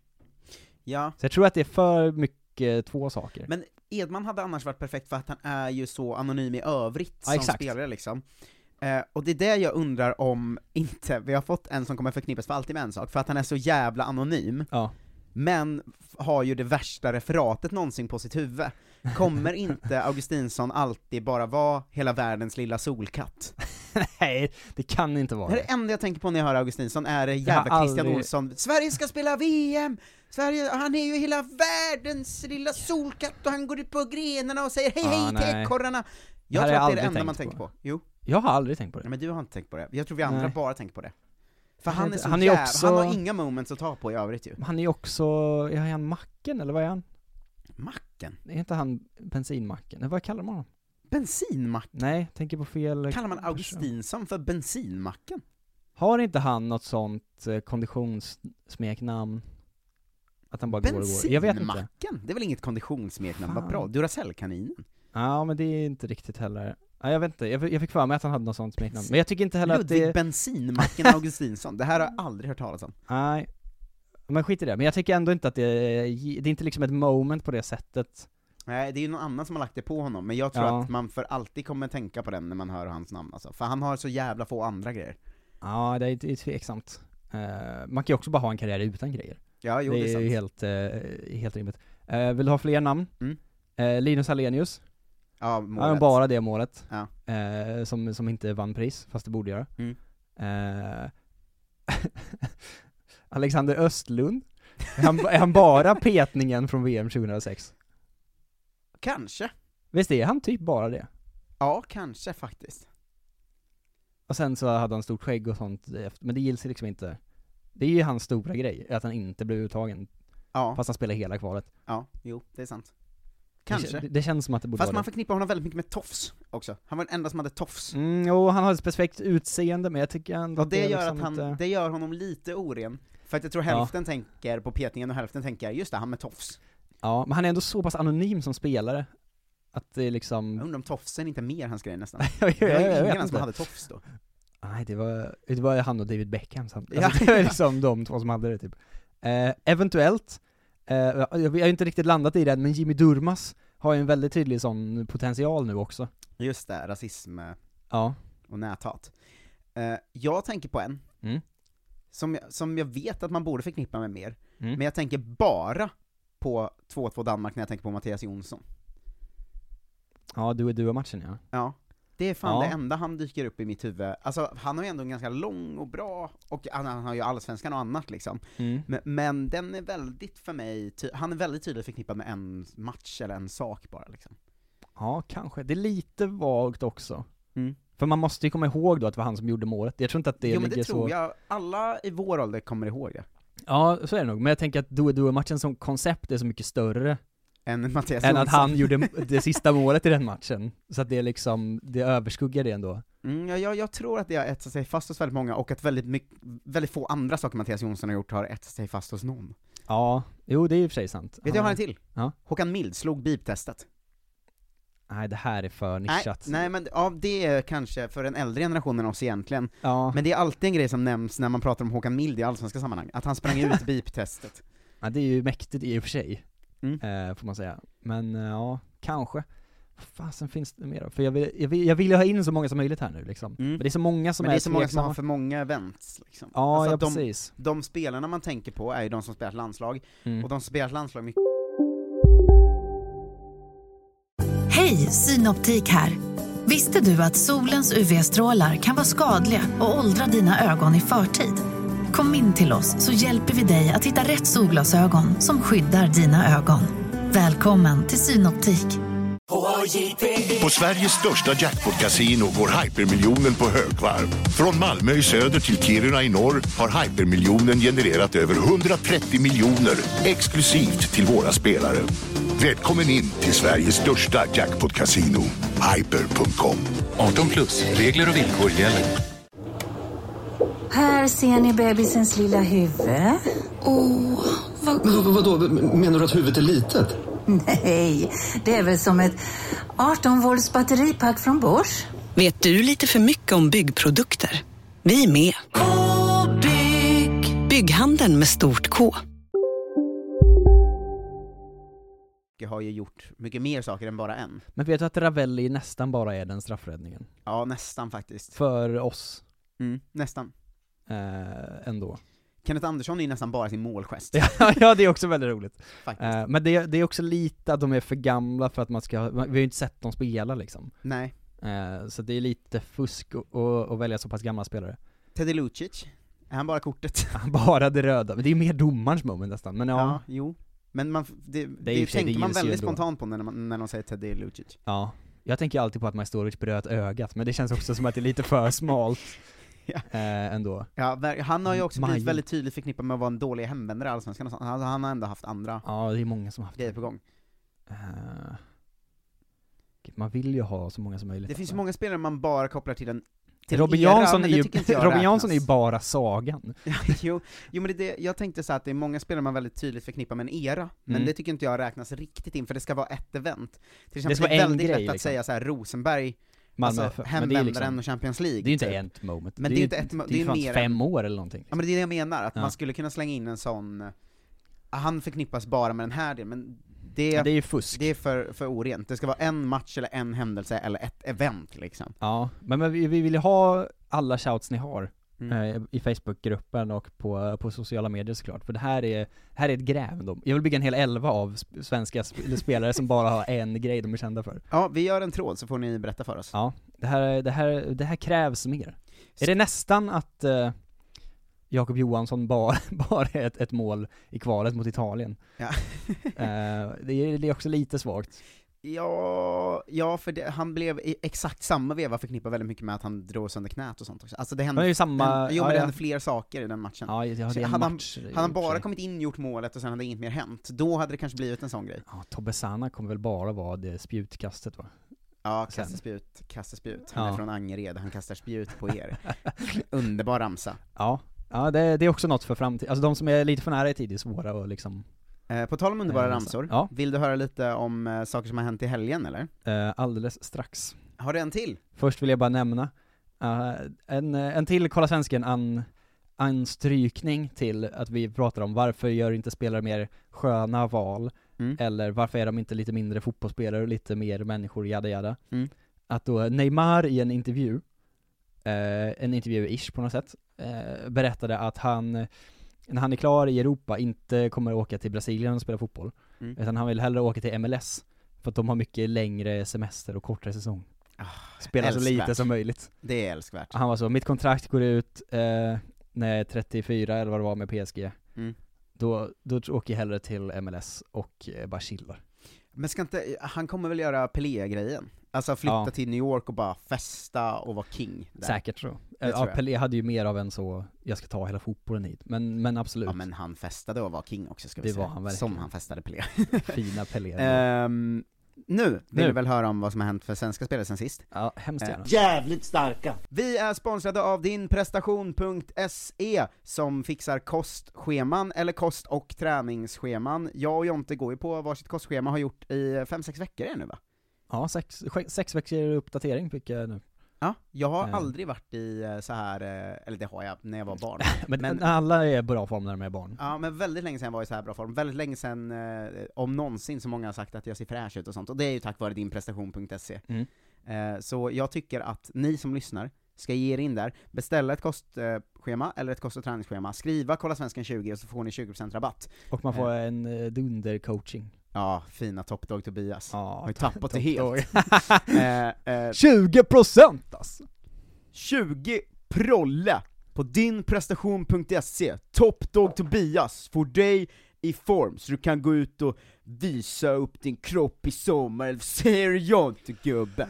Ja. Så jag tror att det är för mycket två saker. Men Edman hade annars varit perfekt för att han är ju så anonym i övrigt Ja, som exakt. spelare liksom. Eh, och det är det jag undrar om inte, vi har fått en som kommer förknippas för alltid med en sak, för att han är så jävla anonym, Ja. men f- har ju det värsta referatet någonsin på sitt huvud. Kommer inte Augustinsson alltid bara vara hela världens lilla solkatt? Nej, det kan inte vara Det är det. det enda jag tänker på när jag hör Augustinsson, är det Jag har jävla Christian aldrig- Olsson, Sverige ska spela V M! Sverige, han är ju hela världens lilla solkatt och han går ut på grenarna och säger hej Ah, hej till nej. ekorrarna. Det Jag här tror har att jag det är det aldrig enda man tänkt tänker på. på. Jo. Jag har aldrig tänkt på Nej, det. men du har inte tänkt på det. Jag tror vi andra Nej. bara tänker på det. För han är så han, är jäv... också... han har inga moments att ta på i övrigt ju. Han är också, är han macken eller vad är han? Macken? Är inte han bensinmacken? Eller vad kallar man honom? Bensinmacken? Nej, tänker på fel. Kallar man Augustinsson för bensinmacken? Har inte han något sånt eh, konditionssmeknamn? Att han bara går och går. Jag vet inte. Det är väl inget konditionssmeknamn, vad bra. Duracell-kaninen. Ja, men det är inte riktigt heller. Ja, jag vet inte, jag, jag fick för mig att han hade något sånt smeknamn. Men jag tycker inte heller Ludvig att det... bensinmacken Augustinsson. Det här har jag aldrig hört talas om. Nej, men skit i det. Men jag tycker ändå inte att det är... Det är inte liksom ett moment på det sättet. Nej, det är ju någon annan som har lagt det på honom. Men jag tror ja. att man för alltid kommer tänka på den när man hör hans namn alltså. För han har så jävla få andra grejer. Ja, det är, det är tveksamt. Uh, man kan ju också bara ha en karriär utan grejer. Ja, jo, det, det är, är ju helt, uh, helt rimligt. Uh, vill du ha fler namn? Mm. Uh, Linus Hallenius. Ja, målet. Ja, bara det målet. Ja. Uh, som, som inte vann pris, fast det borde göra. Mm. Uh, Alexander Östlund. Är han, är han bara petningen från V M tjugohundrasex? Kanske. Visst är han typ bara det? Ja, kanske faktiskt. Och sen så hade han stort skägg och sånt, men det gills liksom inte. Det är ju hans stora grej, att han inte blev uttagen. Ja. Fast han spelar hela kvalet. Ja, jo, det är sant. Kanske. Det, det känns som att det borde Fast vara man det. förknippar honom väldigt mycket med tofs också. Han var den enda som hade tofs. Mm, jo, han har ett specifikt utseende, men jag tycker ändå och det, det gör liksom att han, inte... det gör honom lite oren. För att jag tror hälften ja. tänker på petningen och hälften tänker, just det, han med tofs. Ja, men han är ändå så pass anonym som spelare. Att det är liksom... Jag undrar om tofsen inte mer hans grej nästan. jag, jag, jag, jag, jag vet ingen som inte. hade tofs då. Nej, det var, det var han och David Beckham. Alltså, ja. Det var liksom de två som hade det typ. Eh, eventuellt, eh, jag, jag har inte riktigt landat i det, men Jimmy Durmaz har ju en väldigt tydlig sån potential nu också. Just det, rasism ja. och näthat. Eh, jag tänker på en, mm. som, jag, som jag vet att man borde förknippa med mer, mm. men jag tänker bara på två två Danmark när jag tänker på Mattias Jonsson. Ja, du är du matchen ja. Ja. Det är fan ja. det enda han dyker upp i mitt huvud. Alltså, han har ju ändå en ganska lång och bra, och han, han har ju allsvenskan och annat liksom. Mm. Men, men den är väldigt för mig, ty- han är väldigt tydligt förknippad med en match eller en sak bara liksom. Ja, kanske. Det är lite vagt också. Mm. För man måste ju komma ihåg då att det var han som gjorde målet. Jag tror inte att det jo, ligger men det så... tror jag. Alla i vår ålder kommer ihåg det. Ja, så är det nog. Men jag tänker att duo-duo-matchen som koncept är så mycket större än Mattias än Jonsson. att han gjorde det sista målet i den matchen. Så att det är liksom, det överskuggar det ändå. Mm, ja, jag, jag tror att det har etsat sig fast hos väldigt många, och att väldigt, mycket, väldigt få andra saker Mattias Jonsson har gjort har etsat sig fast hos någon. Ja, jo det är ju för sig sant. Vet du vad han är till? Ja. Håkan Mild slog biptestet. Nej, det här är för nischat. Nej, nej men ja, det är kanske för den äldre generationen oss egentligen. Ja. Men det är alltid en grej som nämns när man pratar om Håkan Mild i allsvenska sammanhang, att han sprang ut biptestet. Ja, det är ju mäktigt i och för sig. Mm. Eh, får man säga. Men eh, ja, kanske. Fasen finns det mer då? För jag vill, jag vill, jag vill ju ha in så många som möjligt här nu liksom. Mm. Men det är så många som Men är det är så många som tveksamma. har för många events liksom. Ja, alltså ja de, precis. de spelarna man tänker på är ju de som spelar landslag, mm. och de som spelar landslag mycket. Hej, Synoptik här. Visste du att solens U V-strålar kan vara skadliga och åldra dina ögon i förtid? Kom in till oss så hjälper vi dig att hitta rätt solglasögon som skyddar dina ögon. Välkommen till Synoptik. På Sveriges största jackpot-casino går hypermiljonen på högvarv. Från Malmö i söder till Kiruna i norr har hypermiljonen genererat över hundratrettio miljoner exklusivt till våra spelare. Välkommen in till Sveriges största jackpot-casino, hyper punkt com. arton plus, regler och villkor gäller. Här ser ni bebisens lilla huvud. Åh, vad... Men vad, vadå? Menar du att huvudet är litet? Nej, det är väl som ett arton volts batteripack från Bosch. Vet du lite för mycket om byggprodukter? Vi är med. K-bygg. Bygghandeln med stort K. Jag har ju gjort mycket mer saker än bara en. Men vet du att Ravelli nästan bara är den straffräddningen? Ja, nästan faktiskt. För oss. Mm, nästan. Eh, ändå. Kenneth Andersson är nästan bara sin målgest. Ja, det är också väldigt roligt. Faktiskt. Eh, men det, det är också lite att de är för gamla för att man ska, vi har ju inte sett dem spela liksom. Nej. Eh, så det är lite fusk att välja så pass gamla spelare. Teddy Lucic, är han bara kortet? Bara det röda, men det är mer domarens moment nästan. Men ja, ja jo. Men man, det, det, det sig, tänker det man väldigt ändå. spontant på när, man, när de säger Teddy Lucic. Ja, jag tänker alltid på att Majstorovic bröt ögat, men det känns också som att det är lite för smalt. ja. eh, ändå. Ja, han har ju också Maj. blivit väldigt tydligt förknippad med att vara en dålig hemvändare i Allsvenskan. Han, han har ändå haft andra ja, det är många som har haft grejer på gång. Uh, man vill ju ha så många som möjligt. Det finns ju många spelare man bara kopplar till en till Robin era, Jansson är ju Robin Jansson är ju bara sagan. jo, jo, men det, det, jag tänkte så att det är många spelare man väldigt tydligt förknippar med en era, mm. men det tycker inte jag räknas riktigt in, för det ska vara ett event. Till exempel, det, det är väldigt grej, lätt att liksom. säga så här Rosenberg, Malmö, alltså hemvändaren liksom, och Champions League. Det är ju inte ett moment. Men det är inte ett det är, det är mer fem år eller någonting. Ja, men det är det jag menar, att ja. man skulle kunna slänga in en sån, han förknippas bara med den här delen, men det, ja, det är fusk. Det är för, för orent. Det ska vara en match eller en händelse eller ett event liksom. Ja, men, men vi, vi vill ju ha alla shouts ni har mm. eh, i Facebookgruppen och på, på sociala medier såklart. För det här är, här är ett gräv. Då. Jag vill bygga en hel elva av svenska sp- spelare som bara har en grej de är kända för. Ja, vi gör en tråd så får ni berätta för oss. Ja, det här, det här, det här krävs mer. Så. Är det nästan att eh, Jakob Johansson bara, bara ett, ett mål i kvalet mot Italien? Ja. eh, det, är, det är också lite svagt. Ja, ja för det, han blev i exakt samma veva förknippad väldigt mycket med att han drog sönder knät och sånt också. Alltså det hände, det är ju samma, men, jo, ja, men det ja. hände fler saker i den matchen. Ja, ja, det är hade, match, han, hade han bara kommit in, gjort målet och sen hade inget mer hänt, då hade det kanske blivit en sån grej. Ja, Tobbe Sana kommer väl bara vara det spjutkastet, va? Ja, kasta spjut, kasta spjut. Han ja. är från Angered, han kastar spjut på er. Underbar ramsa. Ja, ja det, det är också något för framtiden. Alltså de som är lite för nära i tid är svåra och liksom... Eh, på tal om underbara eh, ramsor, ja. vill du höra lite om eh, saker som har hänt i helgen, eller? Eh, alldeles strax. Har du en till? Först vill jag bara nämna uh, en, en till Kolla Svensken an, anstrykning till att vi pratar om varför gör inte spelare mer sköna val, mm. eller varför är de inte lite mindre fotbollsspelare och lite mer människor, jada jada. Mm. Att då Neymar i en intervju, eh, en intervju-ish på något sätt, eh, berättade att han, när han är klar i Europa, inte kommer åka till Brasilien och spela fotboll, mm. utan han vill hellre åka till M L S, för att de har mycket längre semester och kortare säsong. Ah, Spela så lite som möjligt. Det är älskvärt. Han var så, mitt kontrakt går ut eh, när jag är trettiofyra eller vad det var med P S G. Mm. Då, då åker jag hellre till M L S och eh, bara chillar. Men ska inte, han kommer väl göra Pelé-grejen? Alltså flytta ja. till New York och bara festa och vara king där. Säkert så. Ja, ja, Pelé hade ju mer av en så, jag ska ta hela fotbollen hit. Men, men absolut. Ja, men han festade och var king också, ska vi det säga. Var han verkligen. Som han festade Pelé. Fina Pelé. um, Nu vill nu. vi väl höra om vad som har hänt för svenska spelare sen sist. Ja, hemskt gärna. Uh, jävligt starka. Vi är sponsrade av din prestation punkt se som fixar kostscheman eller kost- och träningsscheman. Jag och Jonte går ju på varsitt kostschema, har gjort i fem, sex veckor nu, va? Ja, sex, sex veckor uppdatering fick jag nu. Ja, jag har äh. aldrig varit i så här, eller det har jag när jag var barn. men, men alla är bra form när de är barn. Ja, men väldigt länge sedan var jag i så här bra form. Väldigt länge sedan, eh, om någonsin, så många har sagt att jag ser fräsch ut och sånt. Och det är ju tack vare din prestation punkt se. Mm. Eh, så jag tycker att ni som lyssnar ska ge er in där, beställa ett kostschema eller ett kost- och träningsschema, skriva Kolla Svensken tjugo och så får ni tjugo procent rabatt. Och man får eh. en uh, dunder-coaching. Ja, fina Top Dog Tobias. Ja, har ju tappat det helt. eh, eh, tjugo procent alltså! tjugo prolle på din prestation punkt se. Top Dog Tobias får dig i form så du kan gå ut och visa upp din kropp i sommar, eller säger jag inte, gubbe.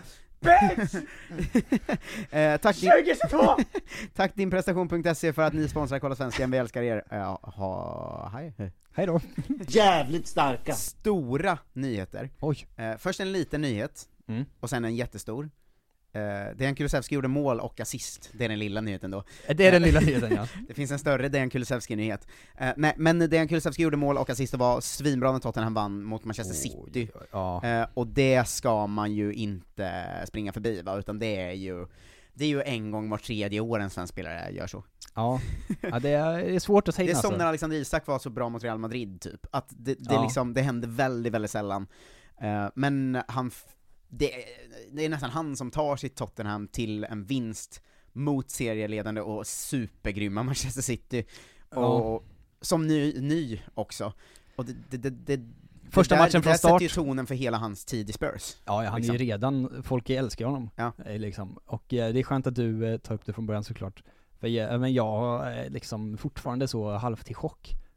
eh, tack, din, tack din prestation punkt se för att ni sponsrar Kolla Svensken, vi älskar er. Ja, ha, hej. Hej då. Jävligt starka. Stora nyheter. Oj. Eh, först en liten nyhet, mm. och sen en jättestor. Uh, Dejan Kulusevski gjorde mål och assist. Det är den lilla nyheten då. Det är den lilla nyheten, ja. Det finns en större Dejan Kulusevski-nyhet. Uh, nej, men Dejan Kulusevski gjorde mål och assist och var svinbra när Tottenham vann mot Manchester oh, City. ja. Uh, och det ska man ju inte springa förbi, va? Utan det är ju det är ju en gång var tredje år en svensk spelare gör så. Ja, ja det, är, det är svårt att säga. Det är som alltså. när Alexander Isak var så bra mot Real Madrid, typ. Att det, det, ja. liksom, det hände väldigt, väldigt sällan. Uh, men han... Det, det är nästan han som tar sitt Tottenham till en vinst mot serieledande och supergrymma Manchester City, och ja. som ny, ny också. Och det, det, det, det, Första det där, matchen från det start sätter ju tonen för hela hans tid i Spurs. Ja, ja han liksom. är ju redan, folk älskar honom. Ja. Liksom. Och eh, det är skönt att du eh, tar upp det från början såklart. För jag, men jag är liksom fortfarande så halvt i chock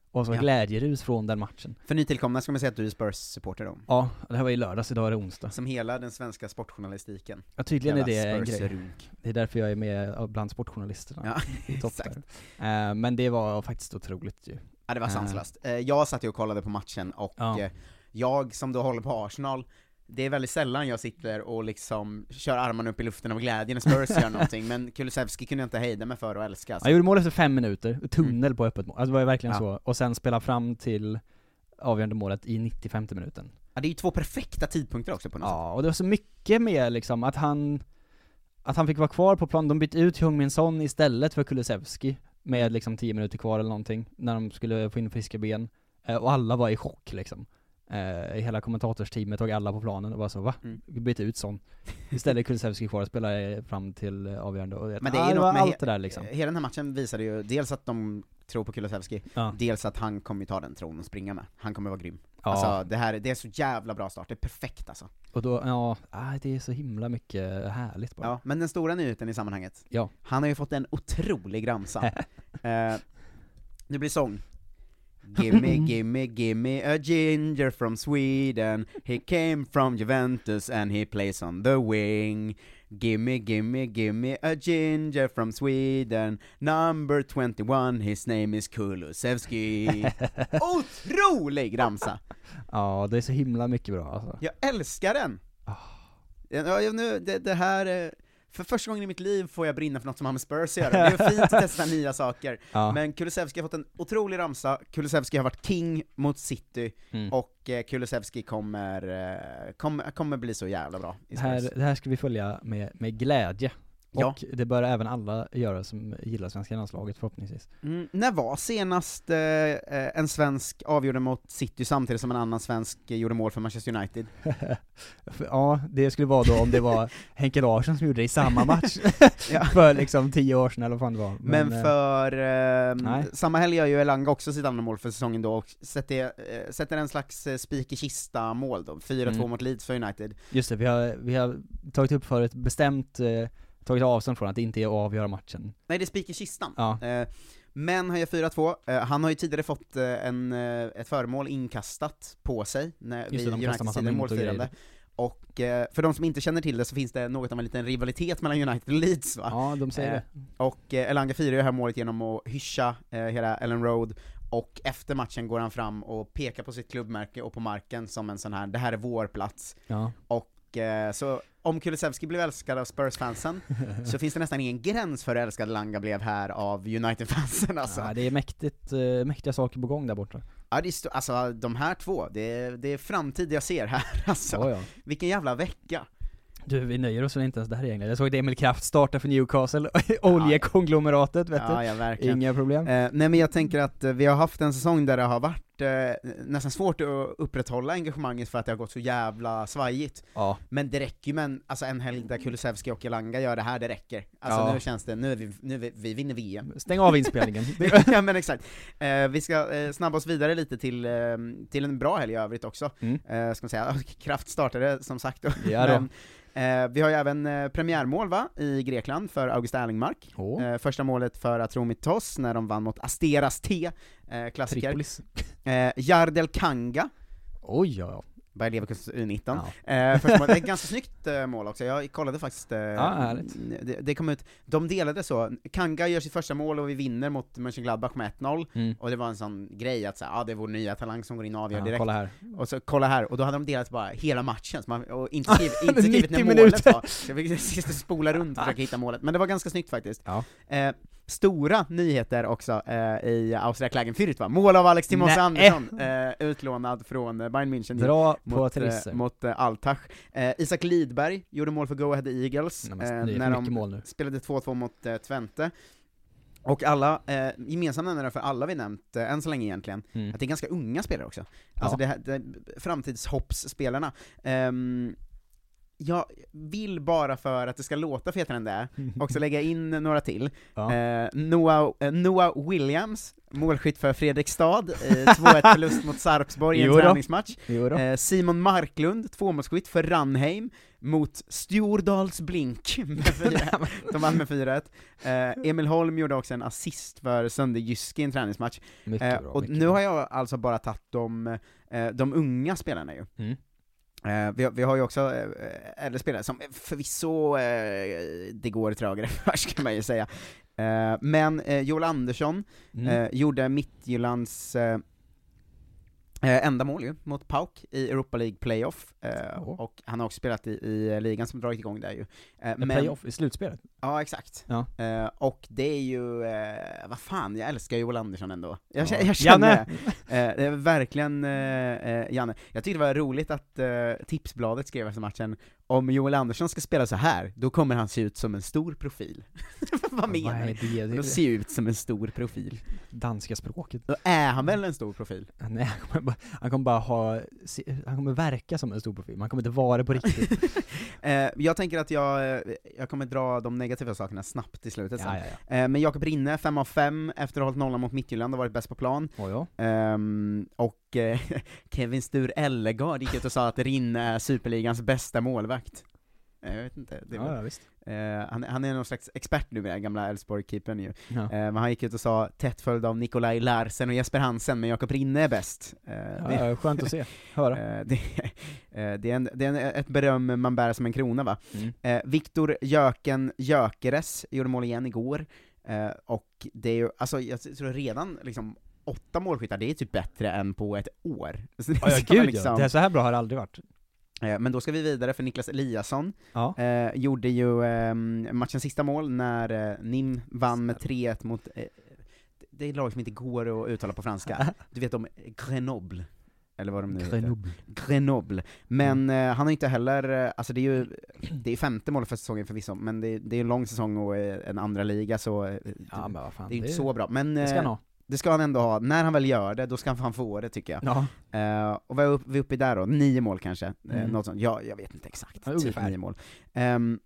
Och så Ja. glädjerus från den matchen. För nytillkomna ska man säga att du är Spurs-supporter då. Ja, det här var i lördags, idag är det onsdag. Som hela den svenska sportjournalistiken. Ja, tydligen är det Jävla en grej. Spurs-runk. Det är därför jag är med bland sportjournalisterna. Ja, i topp exakt. där. Uh, men det var faktiskt otroligt ju. Ja, det var Uh, sanslöst. Uh, jag satt ju och kollade på matchen och Ja. uh, jag som då håller på Arsenal, det är väldigt sällan jag sitter och liksom kör armarna upp i luften av glädje när Spurs gör någonting, men Kulusevski kunde jag inte hejda mig för att älska. Alltså. Han gjorde mål efter fem minuter, tunnel mm. på öppet mål. Alltså det var ju verkligen Ja. så. Och sen spela fram till avgörande målet i nittiofemte minuten. Ja, det är ju två perfekta tidpunkter också på något Ja, sätt. och det var så mycket med liksom att han att han fick vara kvar på plan. De bytte ut Heung-min Son istället för Kulusevski med liksom tio minuter kvar eller någonting när de skulle få in friska ben. Eh, och alla var i chock liksom. Eh, hela kommentatorsteamet tog alla på planen och var så, va? Mm. Vi bytte ut sån. Istället Kulusevski kvar och spelade fram till eh, avgörande. Och Men det är ah, ju det något var med allt he- det där liksom. Hela den här matchen visade ju dels att de tror på Kulusevski, Ja. dels att han kommer ju ta den tron och springa med. Han kommer vara grym. Ja. Alltså det här det är så jävla bra start, det är perfekt alltså. Och då, ja, ah, det är så himla mycket härligt bara. Ja, men den stora nyheten i sammanhanget. Ja. Han har ju fått en otrolig ramsa. eh, det blir sång. Gimme, gimme, gimme a ginger from Sweden. He came from Juventus and he plays on the wing. Gimme, gimme, gimme a ginger from Sweden. Number twenty-one, his name is Kulusevski. Otrolig ramsa! Ja, det är så himla mycket bra alltså. Jag älskar den! Ja, jag- nu, det, det här är, för första gången i mitt liv får jag brinna för något som har med Spurs att göra. Det är fint att testa nya saker. Ja. Men Kulusevski har fått en otrolig ramsa. Kulusevski har varit king mot City, Mm. och eh, Kulusevski kommer, eh, kommer, kommer bli så jävla bra i Det här, Spurs. det här ska vi följa med, med glädje. Ja. Och det bör även alla göra som gillar svenska landslaget förhoppningsvis. Mm, när var senast eh, en svensk avgjorde mot City samtidigt som en annan svensk eh, gjorde mål för Manchester United? Ja, det skulle vara då om det var Henke Larsson som gjorde det i samma match. Ja. För liksom tio år sedan eller vad fan det var. Men, eh, för eh, nej. samma helg gör ju Elanga också sitt andra mål för säsongen då, och sätter, eh, sätter en slags eh, spik i kista mål då, fyra två Mm. mot Leeds för United. Just det, vi har, vi har tagit upp för ett bestämt, eh, tagit avstånd från att det inte är att avgöra matchen. Nej, det är spik i kistan. Ja. Eh, men han gör fyra två, eh, han har ju tidigare fått eh, en, eh, ett föremål inkastat på sig när Just vid det, de kastar Uniteds massa tidigare mynt och målfirande. grejer. Och eh, för de som inte känner till det så finns det något av en liten rivalitet mellan United och Leeds, va? Ja, de säger Eh, det. Och eh, Elanga firar ju det här målet genom att hyscha eh, hela Ellen Road, och efter matchen går han fram och pekar på sitt klubbmärke och på marken som en sån här, det här är vår plats. Ja. Och eh, så om Kulusevski blev älskad av Spurs-fansen så finns det nästan ingen gräns för hur älskad Elanga blev här av United-fansen alltså. Ja, det är mäktigt, eh, mäktiga saker på gång där borta. Ja, det är st- alltså de här två, det är, det är framtid jag ser här alltså. Ja, ja. Vilken jävla vecka. Du, vi nöjer oss väl inte ens där egentligen. Jag såg att Emil Kraft starta för Newcastle, oljekonglomeratet, vet Ja, du? ja, verkligen. Inga problem. Eh, nej, men jag tänker att eh, vi har haft en säsong där det har varit eh, nästan svårt att upprätthålla engagemanget för att det har gått så jävla svajigt. Ja. Men det räcker ju med en, alltså en helg där Kulusevski och Elanga gör det här, det räcker. Alltså Ja. nu känns det, nu är vi, nu är vi, vi vinner V M. Stäng av inspelningen. Ja, men exakt. Eh, vi ska eh, snabba oss vidare lite till, eh, till en bra helg i övrigt också. Mm. Eh, ska man säga, Kraft startade som sagt då. Ja då. Men, Eh, vi har ju även eh, premiärmål va, i Grekland för August Erlingmark. Oh. Eh, första målet för Atromitos när de vann mot Asteras T, eh, klassiker. Tripolis. Eh, Jardel Kanga. Oj, ja, ja. Bayer Leverkusen U nitton. Ja. Eh, första målet, det är ett ganska snyggt eh, mål också, jag kollade faktiskt, eh, Ja, härligt. det, det kom ut, de delade så, Kanga gör sitt första mål och vi vinner mot Mönchengladbach med ett noll, Mm. och det var en sån grej att säga, ja ah, det är vår nya talang som går in och avgör Ja, direkt. kolla här. Och så kolla här, och då hade de delat bara hela matchen, så man, och inte skrivit, inte skrivit när nittio målet minuter. var, så jag fick sist spola runt och försöka hitta målet, men det var ganska snyggt faktiskt. Ja. Eh, stora nyheter också eh, i Austria Klagenfurt va, mål av Alex Timos Nej. Andersson, eh, utlånad från eh, Bayern München Bra på mot, eh, Trisser. mot eh, Altach. Eh, Isak Lidberg gjorde mål för Go Ahead Eagles Nej, men det är eh, för när mycket de mål nu. spelade två två mot eh, Twente. Och alla, eh, gemensamma nämnare för alla vi nämnt, eh, än så länge egentligen, Mm. att det är ganska unga spelare också. Alltså Ja. det, här- det, framtidshoppsspelarna. Ehm, jag vill bara för att det ska låta fetare än det är, också lägga in några till. Ja. Eh, Noah, eh, Noah Williams, målskytt för Fredrikstad, eh, två ett förlust mot Sarpsborg i en träningsmatch. Eh, Simon Marklund, tvåmålsskytt för Ranheim, mot Stjordals Blink, de vann med fyra ett. Eh, Emil Holm gjorde också en assist för Sönderjyske i en träningsmatch. Eh, och nu bra. Har jag alltså bara tagit de, eh, de unga spelarna ju. Mm. Uh, vi, vi har ju också uh, äldre spelare som förvisso uh, det går trögare först kan man ju säga. Uh, men uh, Joel Andersson mm. uh, gjorde Midtjyllands uh, uh, enda mål ju, mot Pauk i Europa League Playoff. Uh, oh. Och han har också spelat i, i ligan som dragit igång där ju. Uh, men Playoff i slutspelet? Ja, exakt. Ja. Uh, och det är ju, uh, vad fan, jag älskar Joel Andersson ändå. Jag, ja. jag känner det. Uh, det är verkligen uh, uh, Janne. Jag tyckte det var roligt att uh, Tipsbladet skrev efter matchen, om Joel Andersson ska spela så här, då kommer han se ut som en stor profil. Vad menar du? Då ser ut som en stor profil. Danska språket. Då är han väl en stor profil? Nej, han kommer bara, han kommer bara ha, han kommer verka som en stor profil. Man kommer inte vara det på riktigt. uh, jag tänker att jag, jag kommer dra de negativa sakerna snabbt i slutet sen. Ja, ja, ja. Uh, men Jakob Rinne, fem av fem, efter att ha hållit nollan mot Midtjylland, har varit bäst på plan. Oh, ja. um, och uh, Kevin Stur Ellegard gick ut och sa att Rinne är Superligans bästa målvakt. Jag vet inte. Det var, ja, ja, visst. Uh, han, han är någon slags expert nu med den gamla Elfsborg-keepern ju. Ja. Uh, men han gick ut och sa tätt följd av Nikolaj Larsen och Jesper Hansen, men Jakob Rinne är bäst. Uh, ja, det, skönt att se. Höra. Uh, det, uh, det är, en, det är en, ett beröm man bär som en krona, va? Mm. Uh, Viktor Jöken Jökeres gjorde mål igen igår. Uh, och det är ju, alltså jag tror redan liksom åtta målskyttar, det är typ bättre än på ett år. Så det, ja, ja, gud, liksom, ja. Det är så här bra har det aldrig varit. Men då ska vi vidare, för Niklas Eliasson ja. eh, gjorde ju eh, matchens sista mål när eh, Nim vann med tre ett mot eh, det är ett lag som inte går att uttala på franska. Du vet om Grenoble, eller vad de nu Grenoble. heter. Grenoble. Men mm. eh, han har inte heller, eh, alltså det är ju det är femte målet för säsongen förvisso, men det, det är en lång säsong och eh, en andra liga, så eh, ja, men vad fan, det är inte det, så bra. Men eh, det ska han ha. Det ska han ändå ha. När han väl gör det, då ska han fan få det, tycker jag. Ja. Uh, och vad är vi uppe i där då? Nio mål kanske? Mm. Uh, något sånt. Ja, jag vet inte exakt. Ja, typ nio mål. Um,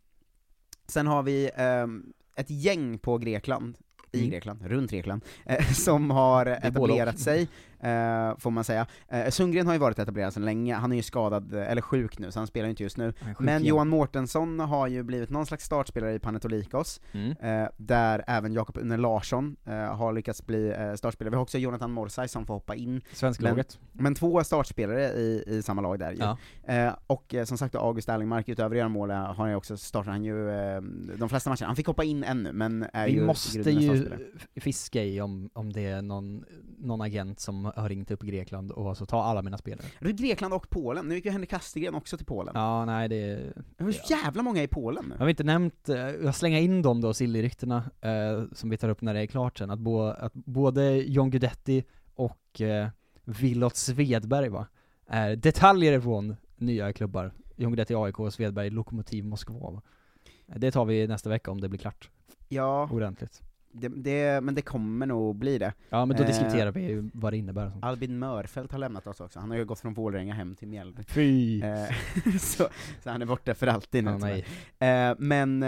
sen har vi um, ett gäng på Grekland, i mm. Grekland, runt Grekland, eh, som har etablerat sig, eh, får man säga. Eh, Sundgren har ju varit etablerad sedan länge, han är ju skadad, eller sjuk nu, så han spelar inte just nu. Men Johan Mårtensson har ju blivit någon slags startspelare i Panathinaikos, mm. eh, där även Jakob Unne Larsson eh, har lyckats bli eh, startspelare. Vi har också Jonathan Morsay som får hoppa in. Svensk laget. Men, men två startspelare i, i samma lag där ju. Ja. Eh, och eh, som sagt, August Erlingmark, utöver att göra mål, har han ju också startat han ju eh, de flesta matcherna. Han fick hoppa in ännu, men är Vi ju måste ju fiska i om, om det är någon, någon agent som har ringt upp i Grekland och så tar alla mina spelare. Det är Grekland och Polen. Nu gick ju Henrik Kastegren också till Polen. Ja, nej, det är... Det var så jävla många i Polen nu. Jag har inte nämnt, jag slänger in dem då, Silly-ryktena, eh, som vi tar upp när det är klart sen, att, bo, att både John Guidetti och eh, Willot Svedberg va, är detaljer från nya klubbar. John Guidetti A I K och Svedberg Lokomotiv Moskva va? Det tar vi nästa vecka om det blir klart. Ja. Ordentligt. Det, det, men det kommer nog bli det. Ja, men då diskuterar eh, vi vad det innebär. Albin Mörfelt har lämnat oss också. Han har ju gått från Vålerenga hem till Mjällby. Fy! Eh, så, så han är borta för alltid nu. Ja, nej. Eh, men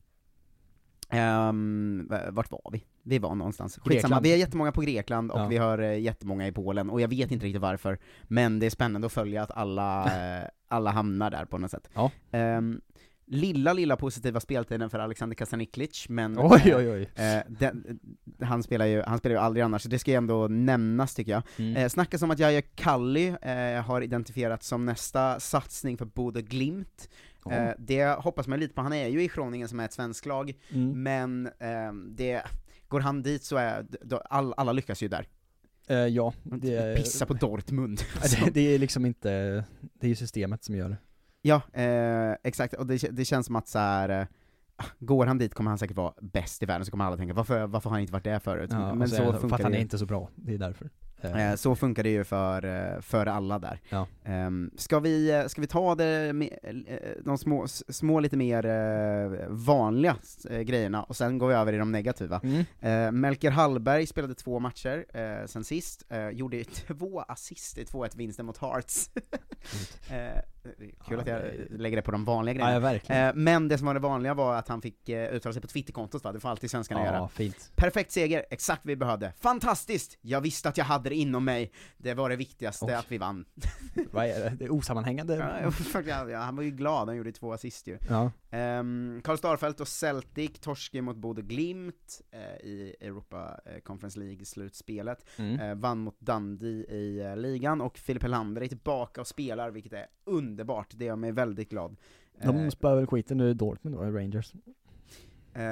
um, vart var vi? Vi var någonstans. Skitsamma. Vi har jättemånga på Grekland och ja. vi har uh, jättemånga i Polen. Och jag vet inte riktigt varför. Men det är spännande att följa att alla, uh, alla hamnar där på något sätt. Ja. Um, Lilla, lilla positiva speltiden för Alexander Kasaniklic, men oj, oj, oj. Eh, den, han, spelar ju, han spelar ju aldrig annars, så det ska ju ändå nämnas tycker jag. Mm. Eh, snackas om att Jaja Kalli eh, har identifierats som nästa satsning för Bodø Glimt. Oh. Eh, det hoppas man lite på, han är ju i Groningen som är ett svensk lag, mm. men eh, det, går han dit så är då, all, alla lyckas ju där. Uh, ja, det pissa på Dortmund. det, det är liksom inte, det är ju systemet som gör det. Ja, eh, exakt, och det, det känns som att så här, eh, går han dit kommer han säkert vara bäst i världen, så kommer alla tänka, varför, varför har han inte varit där förut? Ja, men så, så funkar för att han är inte så bra, det är därför. Eh, så funkar det ju för, för alla där. Ja. Eh, ska, vi, ska vi ta det med, de små, små lite mer eh, vanliga eh, grejerna, och sen går vi över i de negativa. Mm. Eh, Melker Hallberg spelade två matcher eh, sen sist, eh, gjorde två assist i två ett vinsten mot Hearts. eh, kul Ja, att jag det- lägger det på de vanliga grejerna. Ja, verkligen. Eh, men det som var det vanliga var att han fick eh, uttala sig på Twitterkontot, va? Det får alltid svenskarna Ja, göra. fint. Perfekt seger, exakt vi behövde. Fantastiskt! Jag visste att jag hade det inom mig. Det var det viktigaste, Oj. att vi vann. Vad är det? Det är osammanhängande. Ja, faktiskt, ja, han var ju glad, han gjorde två assist ju. Ja. Um, Karl Starfelt och Celtic torskade mot Bodø Glimt uh, i Europa uh, Conference League-slutspelet. Mm. Uh, vann mot Dundee i uh, ligan, och Filip Helander är tillbaka och spelar, vilket är underbart. Det gör mig väldigt glad. De Uh, spöar väl skiten nu i Dortmund då, Rangers. uh,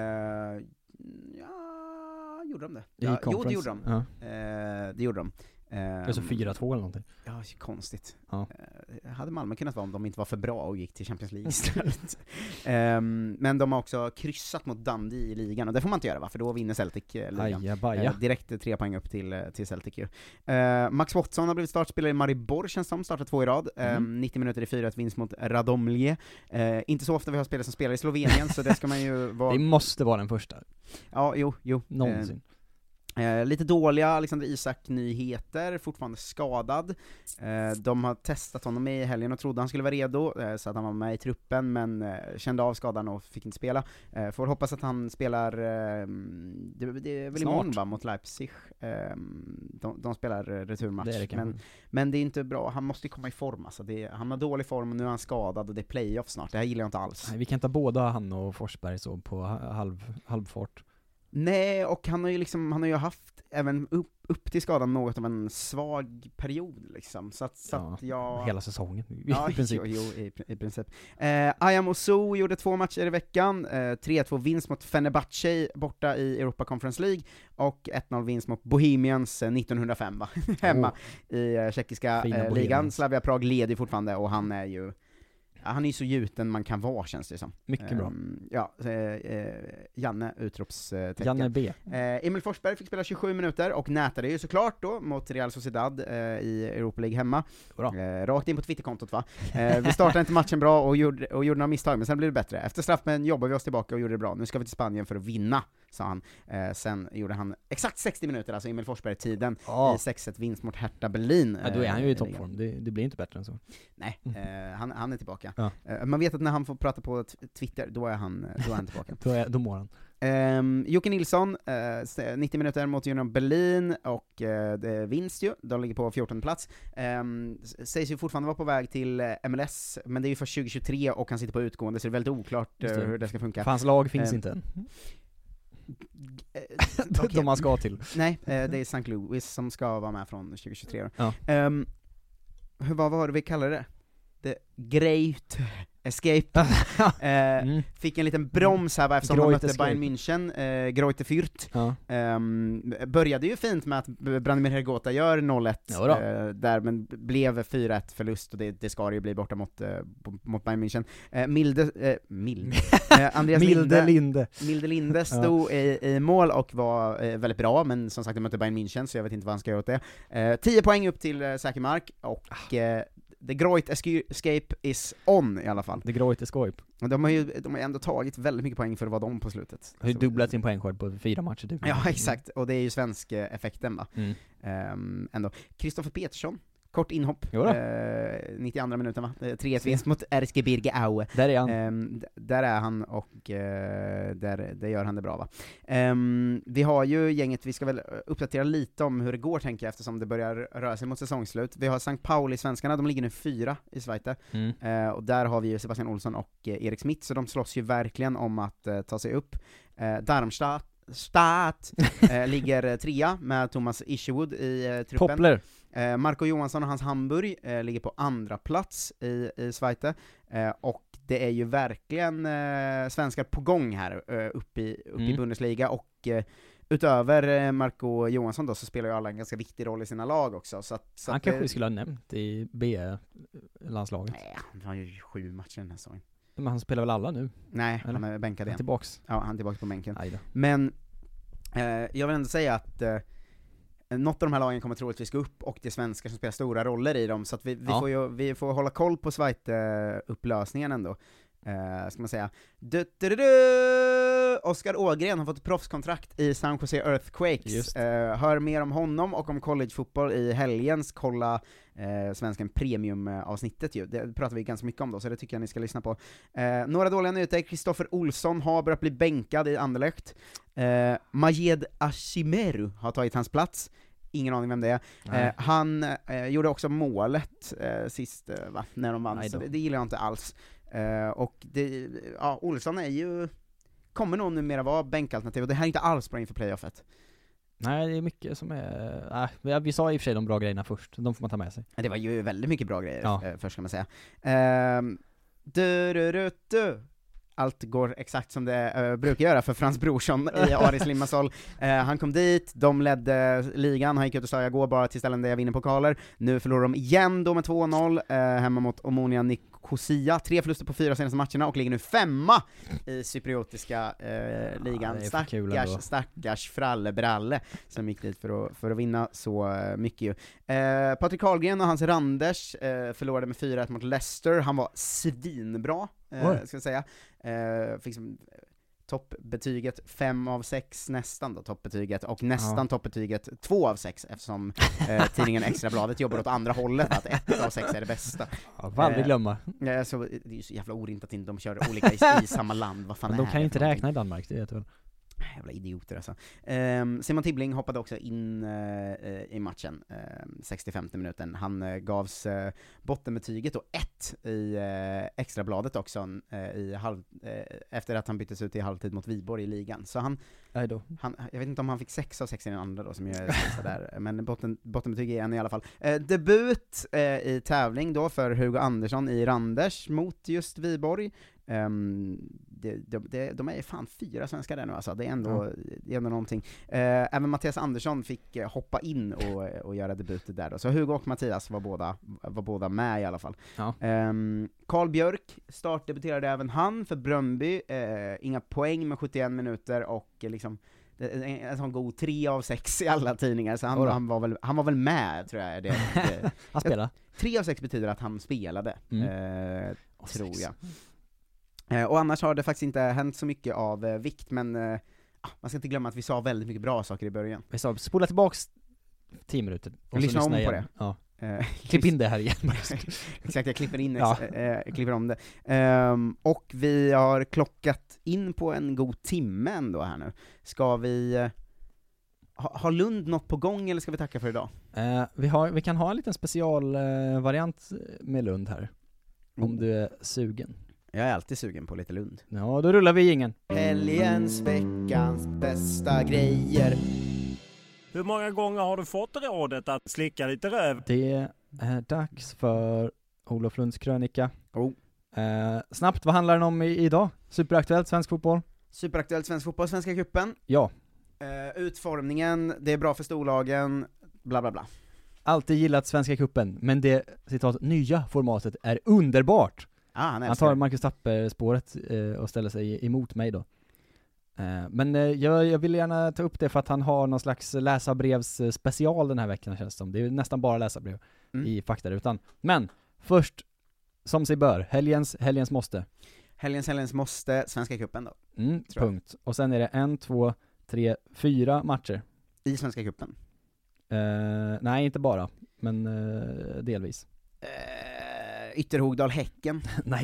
ja, gjorde de det? I Ja, jo, det conference. gjorde de. Ja. Uh, det gjorde de. Um, Alltså fyra två eller någonting. Ja, konstigt. Ja. Uh, hade Malmö kunnat vara om de inte var för bra och gick till Champions League istället. um, men de har också kryssat mot Dundee i ligan, och det får man inte göra, va? För då vinner Celtic uh, ligan. Ajabaja. Uh, direkt uh, tre poäng upp till, uh, till Celtic ju. Uh, Max Watson har blivit startspelare i Maribor, känns som, startat två i rad. Mm. Um, nittio minuter i fyra, ett vinst mot Radomlje. Uh, inte så ofta vi har spelare som spelar i Slovenien, så det ska man ju vara... Det måste vara den första. Ja, jo, jo. Någonsin. Uh, Eh, lite dåliga Alexander Isak-nyheter, fortfarande skadad. Eh, de har testat honom i helgen och trodde han skulle vara redo, eh, så att han var med i truppen, men eh, kände av skadan och fick inte spela. Eh, får hoppas att han spelar, eh, det, det är väl Snart. imorgon, va, mot Leipzig. Eh, de, de spelar eh, returmatch, Det är det kanske. men, men det är inte bra, han måste ju komma i form. Alltså det, han har dålig form och nu är han skadad, och det är playoff snart, det här gillar jag inte alls. Nej, vi kan inte båda han och Forsberg så på halv, halvfart. Nej, och han har ju liksom, han har ju haft även upp, upp till skadan något av en svag period liksom, så att, så Ja, att jag... hela säsongen i Ja, princip. jo, jo, i, i princip. Eh, Ayam Osu gjorde två matcher i veckan, eh, tre två vinst mot Fenerbahce borta i Europa Conference League, och ett noll vinst mot Bohemians eh, nittonhundrafem, va? Hemma i eh, tjeckiska Fina eh, ligan. Bohemians. Slavia Prag leder fortfarande, och han är ju... Ja, han är ju så gjuten man kan vara, känns det som. Mycket bra. Um, ja, eh, eh, Janne, utropstecken. Janne B. Eh, Emil Forsberg fick spela tjugosju minuter och nätade ju såklart då mot Real Sociedad eh, i Europa League hemma. Eh, rakt in på Twitterkontot, va? Eh, vi startade inte matchen bra och gjorde, och gjorde några misstag, men sen blev det bättre. Efter straffen jobbade vi oss tillbaka och gjorde det bra. Nu ska vi till Spanien för att vinna, sa han. Eh, sen gjorde han exakt sextio minuter, alltså Emil Forsberg-tiden, Ja. i sex ett vinst mot Hertha Berlin. Ja, då är han ju i eh, toppform. Det, det blir inte bättre än så. Nej, eh, han, han är tillbaka. Ja. Eh, man vet att när han får prata på t- Twitter, då är han, då är han tillbaka. då, är, då mår han. Um, Jocke Nilsson, uh, nittio minuter mot Union Berlin, och uh, det är vinst ju, de ligger på fjortonde plats. Um, sägs ju fortfarande vara på väg till uh, M L S, men det är ju för tjugo tjugotre och han sitter på utgående, så det är väldigt oklart uh, Just det. hur det ska funka. För hans lag finns Um, inte än. Okay. De man ska till. Nej, uh, det är Sankt Louis som ska vara med från tjugo tjugotre. Ja. Um, hur, vad var det vi kallade det? The Great Escape. eh, Mm. Fick en liten broms här, va, eftersom de Great mötte Escape. Bayern München, eh, Greuther Fürth. Ja. Ehm, började ju fint med att B- Branimir Hergota gör noll ett Ja då. eh, där, men blev fyra ett förlust, och det, det ska det ju bli borta mot, eh, b- mot Bayern München. Eh, Milde, eh, Milde. eh, Andreas Milde Linde, Linde. Milde Linde stod i, i mål och var eh, väldigt bra, men som sagt de mötte Bayern München, så jag vet inte vad han ska göra åt det. Eh, tio poäng upp till eh, säker mark, och eh, The Great Escape is on i alla fall. The Great Escape. Och de har ju de har ändå tagit väldigt mycket poäng för att vara de på slutet. Har ju Så- dubblat sin poängskörd på fyra matcher typ. Ja, exakt. Och det är ju svensk eh, effekten, va? Mm. Ehm, ändå. Kristoffer Petersson, kort inhopp. Jo då. Eh, nittioandra minuten, va? Eh, tre ett vinst mot R S G Birge Aue. Där är han. Ehm, d- där är han, och eh, där, där gör han det bra, va? Ehm, vi har ju gänget, vi ska väl uppdatera lite om hur det går, tänker jag, eftersom det börjar röra sig mot säsongsslut. Vi har Sankt Pauli, svenskarna, de ligger nu fyra i Schweiz. Mm. Eh, och där har vi ju Sebastian Olsson och eh, Erik Smith, så de slåss ju verkligen om att eh, ta sig upp. Eh, Darmstadt Stat, eh, ligger eh, trea med Thomas Isherwood i eh, truppen. Poppler. Eh, Marco Johansson och hans Hamburg eh, ligger på andra plats i, i Schweiz, eh, och det är ju verkligen eh, svenskar på gång här eh, uppe i, upp Mm. i Bundesliga, och eh, utöver eh, Marco Johansson då, så spelar ju alla en ganska viktig roll i sina lag också, så att, så Han att, kanske eh, vi skulle ha nämnt i B-landslaget. Nej, han har ju sju matcher den här säsongen. Men han spelar väl alla nu? Nej, Eller? han är bänkad Han är igen. tillbaks. Ja, han är tillbaks på bänken. Aj då. Men eh, jag vill ändå säga att eh, något av de här lagen kommer troligtvis gå upp, och det är svenskar som spelar stora roller i dem, så att vi, vi, Ja. får, ju, vi får hålla koll på Schweiz-upplösningen ändå. Eh, ska man säga. Du, du, du, du! Oskar Ågren har fått proffskontrakt i San Jose Earthquakes. Eh, hör mer om honom och om collegefotboll i helgens Kolla eh, Svensken Premium-avsnittet ju. Det pratar vi ganska mycket om då, så det tycker jag ni ska lyssna på. Eh, några dåliga nyheter. Kristoffer Olsson har börjat bli bänkad i Anderlecht. Eh, Majed Ashimeru har tagit hans plats. Ingen aning vem det är. Eh, han eh, gjorde också målet eh, sist, eh, va? När de vann, så det, det gillar jag inte alls. Eh, och det, ja, Olsson är ju, kommer nog numera vara bänkalternativ, och det här är inte alls bra inför playoffet. Nej, det är mycket som är... Äh, vi sa i och för sig de bra grejerna först, de får man ta med sig. Det var ju väldigt mycket bra grejer, ja. eh, först kan man säga. Eh, du, du, du, du. Allt går exakt som det uh, brukar göra för Frans Brorsson i Aris Limassol. Uh, han kom dit, de ledde ligan, han gick ut och sa jag går bara till ställen där jag vinner pokaler. Nu förlorar de igen då med två noll uh, hemma mot Omonia Nicosia. Tre förluster på fyra senaste matcherna och ligger nu femma i cypriotiska uh, ligan. Ja, stackars, stackars frallebralle som gick dit för att, för att vinna så uh, mycket ju. Uh, Patrik Karlgren och hans Randers uh, förlorade med fyra ett mot Leicester. Han var svinbra. Uh, ska jag säga. Uh, fick som, uh, toppbetyget fem av sex nästan då, toppbetyget, och nästan ja. toppbetyget två av sex eftersom uh, tidningen Extrabladet jobbar åt andra hållet, att ett av sex är det bästa. Ja, får aldrig glömma. Uh, så det är ju så jävla orimligt att inte de kör olika i, i samma land. Vad fan Men är de kan ju inte någonting? räkna i Danmark, det vet väl. Jävla idioter alltså. Um, Simon Tibbling hoppade också in uh, i matchen, uh, sextiofemte minuten. Han uh, gavs uh, bottenbetyget och ett i uh, Extrabladet också uh, i halv, uh, efter att han byttes ut i halvtid mot Viborg i ligan. Så han, han, jag vet inte om han fick sex av sex i den andra då, som jag är där, men botten, bottenbetyg är en i alla fall. Uh, debut uh, i tävling då för Hugo Andersson i Randers mot just Viborg. Um, de, de, de, de är fan fyra svenskar där nu alltså, det är ändå, ja. det är ändå någonting. Uh, även Mattias Andersson fick uh, hoppa in och, och göra debutet där då. Så Hugo och Mattias var båda, var båda med i alla fall. Ja. Um, Carl Björk startdebuterade även han för Bröndby, uh, inga poäng med sjuttioen minuter och uh, liksom en, en sån god tre av sex i alla tidningar, så han, han, var, väl, han var väl med tror jag. Det, det, han spelade. Tre av sex betyder att han spelade, mm. uh, tror jag. Eh, och annars har det faktiskt inte hänt så mycket av eh, vikt, men eh, man ska inte glömma att vi sa väldigt mycket bra saker i början. Vi sa, spola tillbaks tio minuter och lyssna om på igen. det. Ja. Eh, Klipp in det här igen. Exakt, jag klipper in ja. eh, klipper om det. Um, och vi har klockat in på en god timme ändå här nu. Ska vi... Eh, ha, har Lund något på gång eller ska vi tacka för idag? Eh, vi, har, vi kan ha en liten specialvariant eh, med Lund här. Mm. Om du är sugen. Jag är alltid sugen på lite Lund. Ja, då rullar vi ingen. Helgens, veckans bästa grejer. Hur många gånger har du fått rådet att slicka lite röv? Det är dags för Olof Lunds krönika. Oh. Eh, snabbt, vad handlar den om i, idag? Superaktuellt svensk fotboll? Superaktuellt svensk fotboll, Svenska cupen. Ja. Eh, utformningen, det är bra för storlagen, bla bla bla. Alltid gillat Svenska cupen, men det citat nya formatet är underbart. Ah, han, han tar Marcus Tapper-spåret eh, och ställer sig emot mig då. Eh, men eh, jag, jag vill gärna ta upp det för att han har någon slags läsarbrevs special den här veckan, känns det som. Det är nästan bara läsarbrev mm. i faktarutan. Men först, som sig bör, helgens, helgens måste. Helgens, helgens måste, Svenska cupen då. Mm, punkt. Och sen är det en, två, tre, fyra matcher. I Svenska cupen? Eh, nej, inte bara, men eh, delvis. Eh... Ytterhogdal-Häcken. Nej.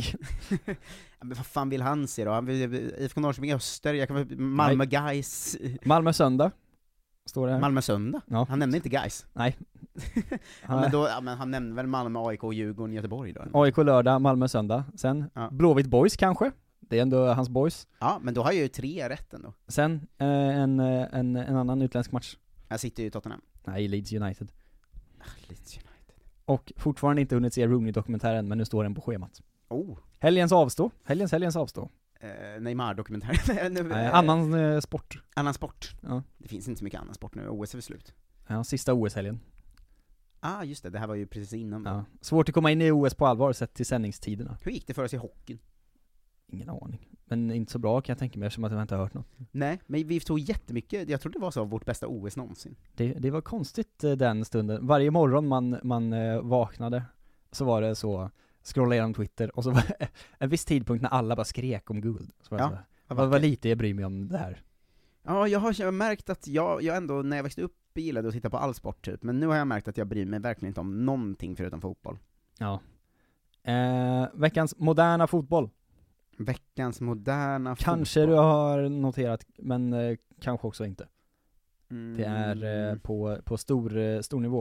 Men vad fan vill han se då? Han vill I F K Norrköping Öster, jag kan Malmö Gais. Malmö Söndag. Står det här. Malmö Söndag? Ja. Han nämnde inte Gais. Nej. ja, men då, ja, men han nämnde väl Malmö, A I K, Djurgården, Göteborg då? A I K lördag, Malmö Söndag. Sen ja. Blåvitt Boys kanske. Det är ändå hans boys. Ja, men då har jag ju tre rätt ändå. Sen eh, en, en, en annan utländsk match. Jag sitter ju i Tottenham. Nej, Leeds United. Leeds United. Och fortfarande inte hunnit se Rooney-dokumentären, men nu står den på schemat. Oh. Helgens avstå. Helgens, helgens avstå. Eh, Neymar-dokumentären. eh, annan eh, sport. Annan sport. Ja. Det finns inte så mycket annan sport nu. O S är slut. Ja, sista O S-helgen. Ah, just det. Det här var ju precis innan. Ja. Svårt att komma in i O S på allvar sett till sändningstiderna. Hur gick det för oss i hockeyn? Ingen aning. Men inte så bra kan jag tänka mig, eftersom att jag inte har hört något. Nej, men vi tog jättemycket. Jag tror det var så vårt bästa O S någonsin. Det, det var konstigt den stunden. Varje morgon man, man vaknade så var det så, scrolla igenom Twitter och så var det en viss tidpunkt när alla bara skrek om guld. Så var det ja. så, Vad var lite jag bryr mig om det här. Ja, jag har, jag har märkt att jag, jag ändå, när jag växte upp, gillade att titta på all sport typ. Men nu har jag märkt att jag bryr mig verkligen inte om någonting förutom fotboll. Ja. Eh, veckans moderna fotboll. Veckans moderna Kanske fotboll. du har noterat, men eh, kanske också inte. Mm. Det är eh, på, på stor, eh, stor nivå.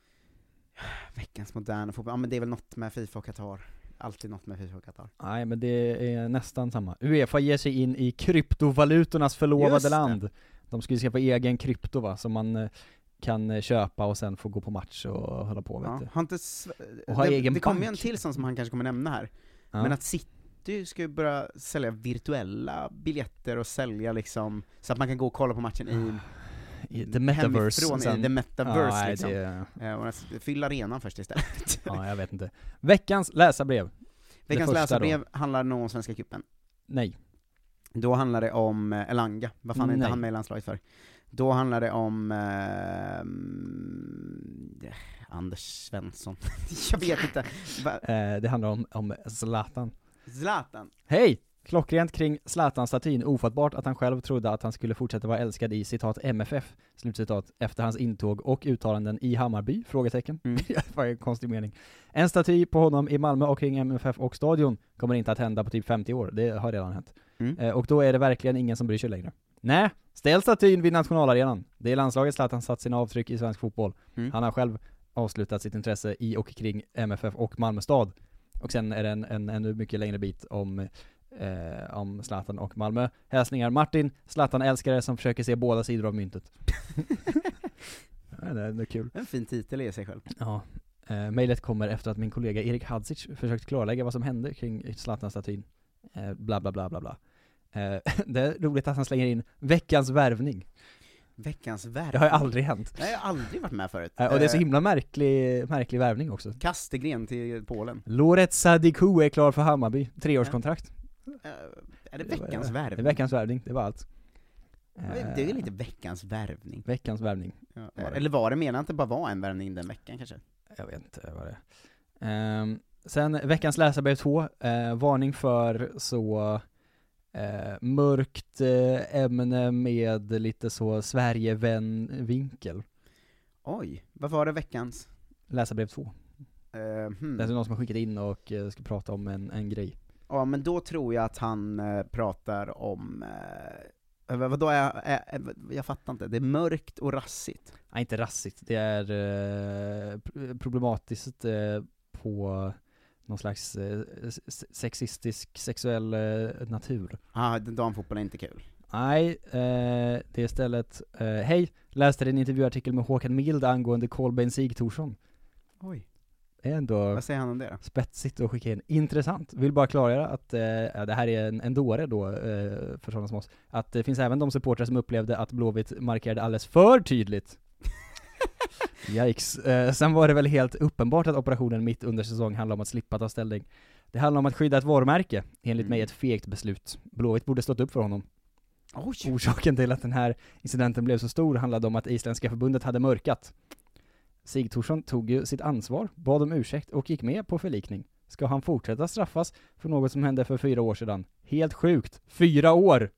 Veckans moderna fotboll. Ja, men det är väl något med FIFA och Qatar. Alltid något med FIFA och Qatar. Nej, men det är nästan samma. UEFA ger sig in i kryptovalutornas förlovade land. De skulle skaffa egen krypto, va, som man eh, kan eh, köpa och sen få gå på match och hålla på, vet Ja, du. har inte s- Och ha det egen det kommer bank. ju en till sån som han kanske kommer nämna här. Ja. Men att City ska ju börja sälja virtuella biljetter och sälja liksom, så att man kan gå och kolla på matchen i I the metaverse hemifrån, sen. i the metaverse Ja, nej, liksom. det- Eh, och fyll arenan först istället. Ja, jag vet inte. Veckans läsarbrev. Veckans Det första läsarbrev då. handlar nog om Svenska cupen. Nej. Då handlar det om eh, Elanga. Vad fan är inte Nej. han med i landslaget för? Då handlar det om eh, mm, Anders Svensson. Jag vet inte. Va? Eh, det handlar om, om Zlatan. Zlatan. Hej! Klockrent kring Zlatan-statyn. Ofattbart att han själv trodde att han skulle fortsätta vara älskad i citat M F F, slutcitat, efter hans intåg och uttalanden i Hammarby, frågetecken. Mm. Vad en konstig mening. En staty på honom i Malmö och kring M F F och stadion kommer inte att hända på typ femtio år. Det har redan hänt. Mm. Eh, och då är det verkligen ingen som bryr sig längre. Nej, ställ statyn vid nationalarenan. Det är landslaget Zlatan satt sina avtryck i svensk fotboll. Mm. Han har själv avslutat sitt intresse i och kring M F F och Malmö stad. Och sen är det en, en ännu mycket längre bit om Eh, om Zlatan och Malmö. Hälsningar Martin, Zlatan-älskare som försöker se båda sidor av myntet. Ja, det, är, det är kul. En fin titel i sig själv. Ja. Eh, mejlet kommer efter att min kollega Erik Hadzic försökt klarlägga vad som hände kring Zlatan-statyn. Eh, bla bla bla bla bla. Eh, det är roligt att han slänger in veckans värvning. Veckans värvning? Det har ju aldrig hänt. Nej, jag har aldrig varit med förut. Eh, och det är så himla märklig, märklig värvning också. Kastegren till Polen. Loret Sadiku är klar för Hammarby. Treårskontrakt. Uh, är det veckans värvning? Det är veckans värvning, det var allt. Det är ju lite veckans värvning. Veckans värvning. Ja, var eller var det menat att det bara var en värvning den veckan kanske? Jag vet inte vad det är. Um, sen veckans läsarbrev två. Uh, varning för så uh, mörkt uh, ämne med lite så Sverigevän-vinkel. Oj, vad var det veckans? Läsarbrev två. Uh, hmm. Det är någon som har skickat in och uh, ska prata om en, en grej. Ja, men då tror jag att han uh, pratar om... Uh, vad då är, är, är... Jag fattar inte. Det är mörkt och rassigt. Nej, inte rassigt. Det är uh, problematiskt uh, på någon slags uh, sexistisk sexuell uh, natur. Ja, ah, damfotboll är inte kul. Nej, uh, det är istället... Uh, Hej, läste en intervjuartikel med Håkan Mild angående Kolbeinn Sigthorsson. Oj. Det är ändå vad säger han om det då? Spetsigt att skicka in. Intressant. Vill bara klargöra att eh, det här är en, en dåre då eh, för sådana som oss. Att det finns även de supportrar som upplevde att Blåvitt markerade alldeles för tydligt. Yikes. Eh, sen var det väl helt uppenbart att operationen mitt under säsong handlar om att slippa ta ställning. Det handlar om att skydda ett varumärke. Enligt mm. mig ett fegt beslut. Blåvitt borde stått upp för honom. Oj. Orsaken till att den här incidenten blev så stor handlade om att Isländska förbundet hade mörkat. Sigthorsson tog ju sitt ansvar, bad om ursäkt och gick med på förlikning. Ska han fortsätta straffas för något som hände för fyra år sedan? Helt sjukt. Fyra år!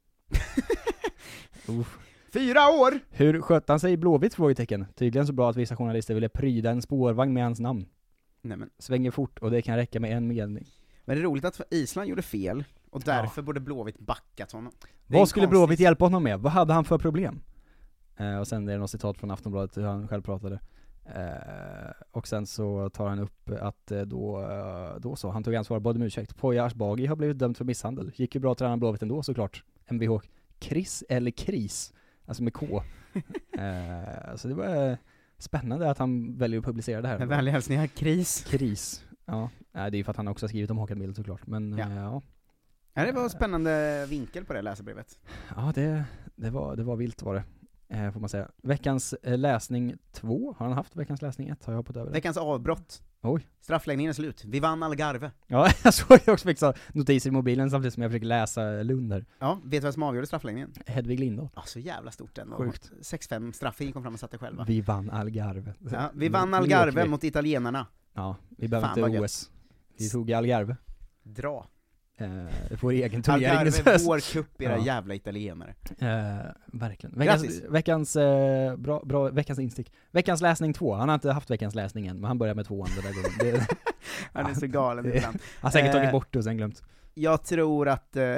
Fyra år! Hur skötte han sig i Blåvitt? Frågetecken. Tydligen så bra att vissa journalister ville pryda en spårvagn med hans namn. Nej, men. Svänger fort och det kan räcka med en mening. Men det är roligt att Island gjorde fel och därför ja. borde Blåvitt backat honom. Vad skulle konstigt... Blåvitt hjälpa honom med? Vad hade han för problem? Eh, och sen är det något citat från Aftonbladet hur han själv pratade. Uh, och sen så tar han upp att uh, då, uh, då så, han tog ansvar, bad om ursäkt. Poya Ashbagi har blivit dömd för misshandel. Gick ju bra att träna Blåvitt ändå såklart. M V H Chris eller Kris, alltså med K. uh, så det var uh, spännande att han väljer att publicera det här. En vänlig hälsning här, Kris. Kris, ja. Uh, det är ju för att han också har skrivit om Håkan Mild såklart. Men ja. Uh, ja. Ja, det var en spännande vinkel på det läsarbrevet. Ja, det, det, var, det var vilt var det. Eh, får man säga. Veckans eh, läsning två. Har han haft veckans läsning ett? Har jag hoppat över det. Veckans avbrott. Oj. Straffläggningen är slut. Vi vann Algarve. Ja, jag såg också fick så notiser i mobilen samtidigt som jag försöker läsa Lunder. Ja, vet du vad som avgjorde straffläggningen? Hedvig Lindahl. Ja, så jävla stort ändå. Sjukt. sex fem straffen kom fram och satte själva. Vi vann Algarve. Ja, vi vann Algarve mot italienarna. Ja, vi behöver inte O S. Vi tog Algarve. Dra. Eh, får egen turnering. Algarve, vår kupp, era ja. jävla italienare. Eh, verkligen. Veckans, veckans, eh, bra, bra, veckans instick. Veckans läsning två. Han har inte haft veckans läsning än, men han börjar med tvåan den där gången. Det, han är så galen ibland. Han har säkert tagit eh, bort det och sen glömt. Jag tror att, eh,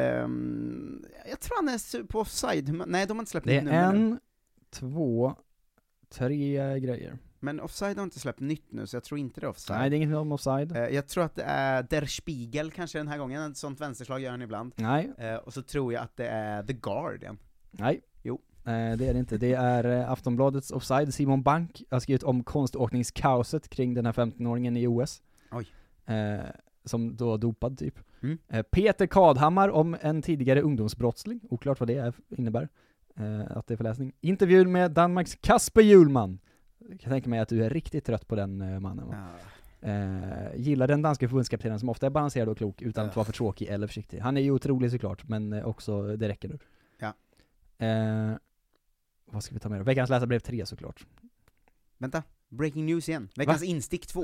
jag tror han är på offside. Nej, de har inte släppt det nytt är nummer en, nu. två, tre grejer. Men offside har inte släppt nytt nu, så jag tror inte det är offside. Nej, det är inget om offside. Eh, jag tror att det är Der Spiegel kanske den här gången, ett sånt vänsterslag gör han ibland. Nej. Eh, och så tror jag att det är The Guardian. Nej. Jo. Eh, det är det inte. Det är eh, Aftonbladets offside. Simon Bank har skrivit om konståkningskaoset kring den här femtonåringen i O S. Oj. Eh, som då dopad typ. Mm. Eh, Peter Kadhammar om en tidigare ungdomsbrottsling. Oklart vad det är, innebär. Eh, att det är för läsning. Intervjun med Danmarks Kasper Hjulman. Jag kan tänka mig att du är riktigt trött på den uh, mannen. Va? Ja. Eh, gillar den danska förbundskaptenen som ofta är balanserad och klok utan ja. att vara för tråkig eller försiktig. Han är ju otrolig såklart, men eh, också det räcker nu. Ja. Eh, vad ska vi ta med då? Veckans läsare blev tre såklart. Vänta, breaking news igen. Veckans Va? instick två.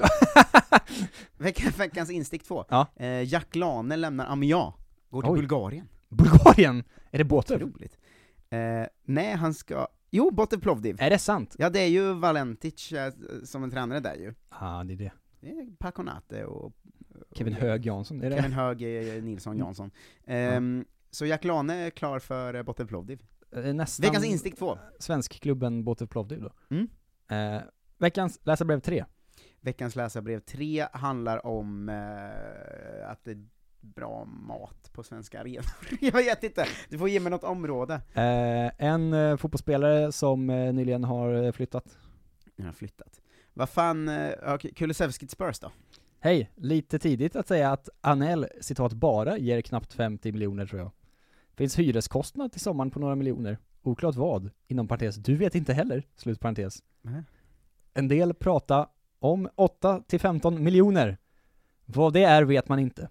Veck, veckans instick två. Ja. Eh, Jack Lane lämnar Amiens. Går till Oj. Bulgarien. Bulgarien? Är det båten? Otroligt. Eh, nej, han ska... Jo, Botev Plovdiv. Är det sant? Ja, det är ju Valentic eh, som en tränare där ju. Ja, ah, det är det. Det är Paconate och... och Kevin Hög Jansson, är det? Kevin Hög eh, Nilsson Jansson. Mm. Eh, så Jack Lane är klar för eh, Botev Plovdiv. Eh, nästan... Veckans instick två. Svenskklubben Botev Plovdiv då. Mm. Eh, veckans läsarbrev tre. Veckans läsarbrev tre handlar om eh, att det är bra mat på svenska arenor. Jag vet inte, du får ge mig något område. Eh, en eh, fotbollsspelare som eh, nyligen har flyttat. Jag har flyttat. Vad fan, eh, okay, Kulusevski Spurs då? Hej, lite tidigt att säga att Anel, citat, bara ger knappt femtio miljoner tror jag. Finns hyreskostnad till sommaren på några miljoner. Oklart vad, inom parentes. Du vet inte heller, slut parentes. Mm. En del pratar om åtta till femton miljoner. Vad det är vet man inte.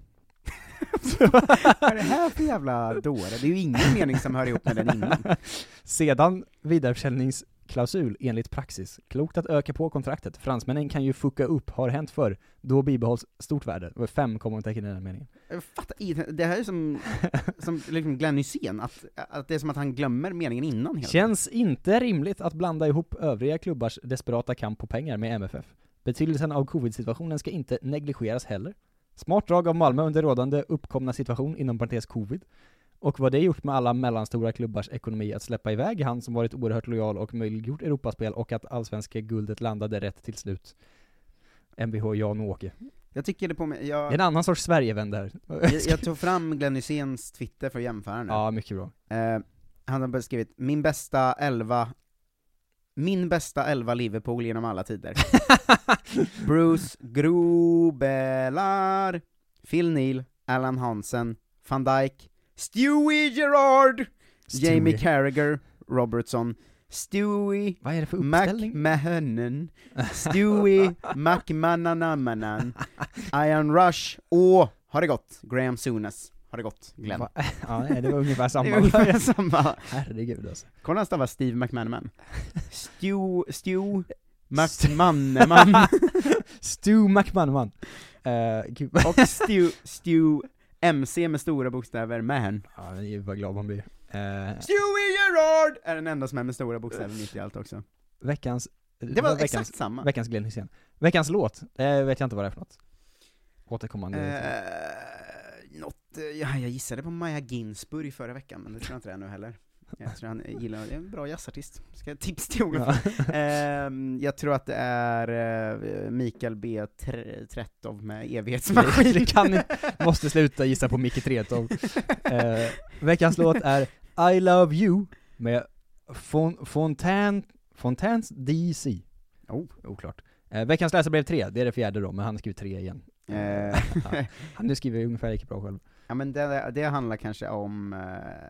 Vad är det här för jävla dåre? Det är ju ingen mening som hör ihop med den innan. Sedan vidareförsäljningsklausul enligt praxis. Klokt att öka på kontraktet. Fransmännen kan ju fucka upp, har hänt för. Då bibehålls stort värde. Det var fem kommentecken i den meningen. Jag fattar, det här är som, som liksom Glenn Hysén, att, att det är som att han glömmer meningen innan. Känns inte rimligt att blanda ihop övriga klubbars desperata kamp på pengar med M F F. Betydelsen av covid-situationen ska inte negligeras heller. Smart drag av Malmö under rådande uppkomna situation inom parentes covid. Och vad det gjort med alla mellanstora klubbars ekonomi att släppa iväg han som varit oerhört lojal och möjliggjort Europaspel och att allsvenska guldet landade rätt till slut. M B H Jan och Åke. Jag tycker det på mig, jag... Det är en annan sorts Sverigevän där. jag, jag tog fram Glenn Hyséns Twitter för att jämföra nu. Ja, mycket bra. Eh, han har beskrivit min bästa elva Min bästa elva Liverpool genom alla tider. Bruce Grobelar, Phil Neal, Alan Hansen, Van Dijk, Stewie Gerrard, Stewie. Jamie Carragher, Robertson, Stewie Vad är det för uppställning? McMahon, Stewie McMananamanan, Ian Rush och, har det gått, Graham Souness. Har det gått, Glenn? Va? Ja, nej, det var ungefär samma. Det var ungefär samma. Herregud alltså. Kolla nästan var Steve McManaman. Stu, Stu, McManaman. Stu McManaman. Uh, och Stu, Stu, M C med stora bokstäver, man. Ja, det är bara glad man blir. Uh, Stewie Gerrard är den enda som är med stora bokstäver mitt i allt också. Veckans... Det var veckans, exakt samma. Veckans Glenn Hysén. Veckans låt, eh, vet jag inte vad det är för något. Återkommande. Uh, något, ja, jag gissade på Maja Ginsburg förra veckan, men det tror jag inte det är nu heller. Jag tror han gillar, det är en bra jazzartist. Ska jag tips till ja. uh, Jag tror att det är uh, Mikael B. Tretov med evighetsmaskin. Det kan ni, måste sluta gissa på Micke Tretov. uh, Veckans låt är I Love You med Fon- Fontaine Fontaines D C. Oh. Oklart. Uh, veckans läsare blev tre, det är det fjärde då, men han skriver tre igen. Uh, ja. Han nu skriver ungefär lika bra själv. Ja, men det, det handlar kanske om... Uh,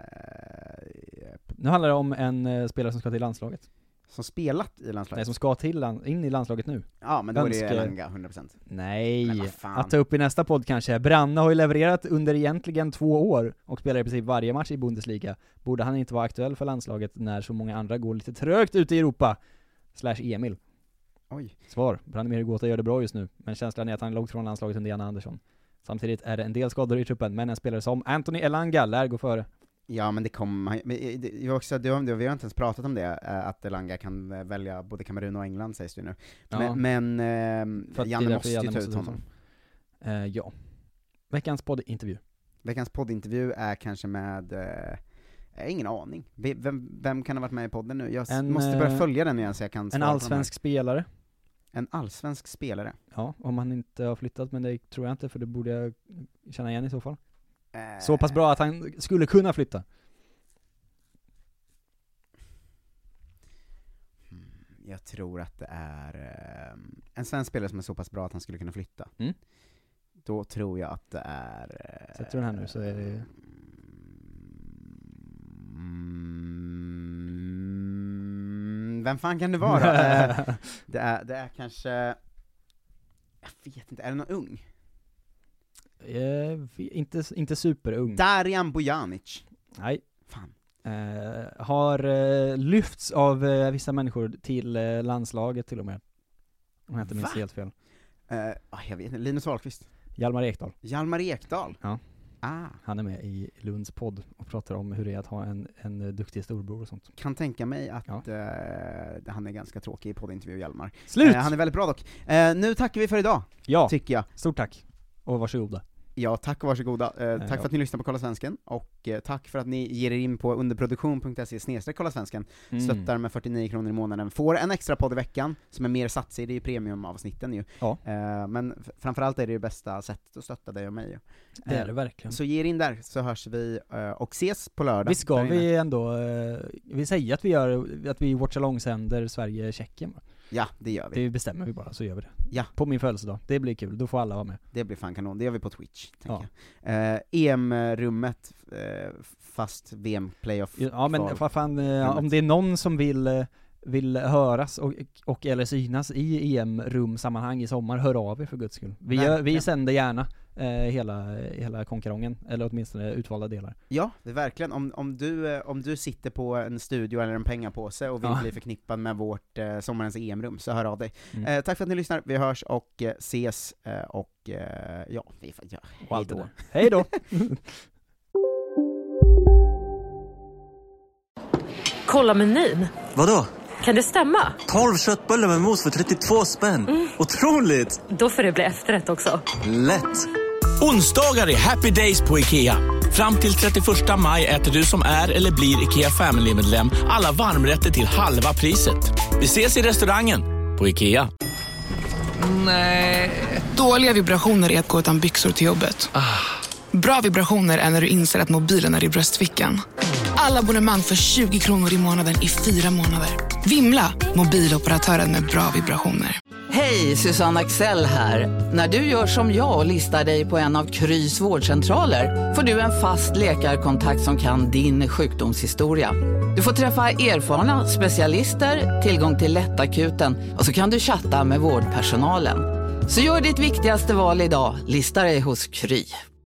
nu handlar det om en uh, spelare som ska till landslaget. Som spelat i landslaget? Nej, som ska till land- in i landslaget nu. Ja, men då Önskar... är det Elanga, hundra procent. Nej, att ta upp i nästa podd kanske. Branne har ju levererat under egentligen två år och spelar i princip varje match i Bundesliga. Borde han inte vara aktuell för landslaget när så många andra går lite trögt ute i Europa? Slash Emil. Oj. Svar. Branimir Gåta gör det bra just nu, men känslan är att han är långt från landslaget under Janne Andersson. Samtidigt är det en del skador i truppen, men en spelare som Anthony Elanga lär gå före. Ja, men det kommer... Vi har inte ens pratat om det, att Elanga kan välja både Kamerun och England, sägs det nu. Ja. Men, men eh, Janne måste ju ta ut honom. Uh, ja. Veckans poddintervju. Veckans poddintervju är kanske med... Eh, jag har ingen aning. Vem, vem kan ha varit med i podden nu? Jag en, måste börja följa den igen så jag kan... En allsvensk spelare. En allsvensk spelare? Ja, om han inte har flyttat, men det tror jag inte, för det borde jag känna igen i så fall. Äh... Så pass bra att han skulle kunna flytta. Jag tror att det är eh, en svensk spelare som är så pass bra att han skulle kunna flytta. Mm. Då tror jag att det är... Eh, Sätter du den här nu så är det... Mm, vem fan kan det vara? eh, det, är, det är kanske... Jag vet inte, är det någon ung? Eh, inte, inte superung. Darijan Bojanic. Nej. Fan. Eh, har eh, lyfts av eh, vissa människor till eh, landslaget till och med. Om jag inte minns helt fel. Uh, jag vet inte, Linus Wahlqvist. Hjalmar Ekdal. Hjalmar Ekdal? Ja. Ah. Han är med i Lunds podd och pratar om hur det är att ha en, en duktig storbror och sånt. Kan tänka mig att ja. uh, han är ganska tråkig i poddintervju, Hjalmar. Slut! Uh, han är väldigt bra dock. Uh, nu tackar vi för idag, ja. tycker jag. Stort tack. Och varsågoda. Ja, tack och varsågoda. Eh, eh, tack ja. för att ni lyssnar på Kolla Svensken, och eh, tack för att ni ger er in på underproduktion punkt se snedstreck Kolla Svensken, mm. stöttar med fyrtionio kronor i månaden, får en extra podd i veckan som är mer satsig, det är ju premiumavsnitten ju. Ja. Eh, men f- framförallt är det ju bästa sättet att stötta dig och mig. Eh, det är det verkligen. Så ge er in där, så hörs vi eh, och ses på lördag. Vi ska vi ändå, eh, vi säger att vi gör, att vi watch-along-sänder Sverige-Tjeckien. Ja, det gör vi. Det bestämmer vi bara, så gör vi det. Ja. På min födelsedag. Det blir kul, då får alla vara med. Det blir fan kanon, det gör vi på Twitch, ja. jag. Eh, E M-rummet, eh, fast V M-playoff. Ja, men vad fan, eh, om det är någon som vill, eh, vill höras och, och eller synas i E M-rumsammanhang i sommar, hör av er för guds skull. Vi, gör, vi sänder gärna eh, hela, hela konkarongen, eller åtminstone utvalda delar. Ja, det är verkligen. Om, om, du, om du sitter på en studio eller en pengapåse och vill ja. bli förknippad med vårt eh, sommarens E M-rum, så hör av dig. Mm. Eh, tack för att ni lyssnar, vi hörs och eh, ses eh, och eh, ja, vi får ja, hej då. Hej då. Kolla menyn. Vadå? Kan det stämma? tolv köttbullar med mos för trettiotvå spänn. Mm. Otroligt! Då får det bli efterrätt också. Lätt! Onsdagar är happy days på IKEA. Fram till trettioförsta maj äter du som är eller blir IKEA Family-medlem alla varmrätter till halva priset. Vi ses i restaurangen på IKEA. Nej. Dåliga vibrationer är att gå utan byxor till jobbet. Ah. Bra vibrationer är när du inser att mobilen är i bröstfickan. Alla abonnemang för tjugo kronor i månaden i fyra månader. Vimla, mobiloperatören med bra vibrationer. Hej, Susanne Axel här. När du gör som jag och listar dig på en av Krys vårdcentraler får du en fast läkarkontakt som kan din sjukdomshistoria. Du får träffa erfarna specialister, tillgång till lättakuten och så kan du chatta med vårdpersonalen. Så gör ditt viktigaste val idag, listar dig hos Kry.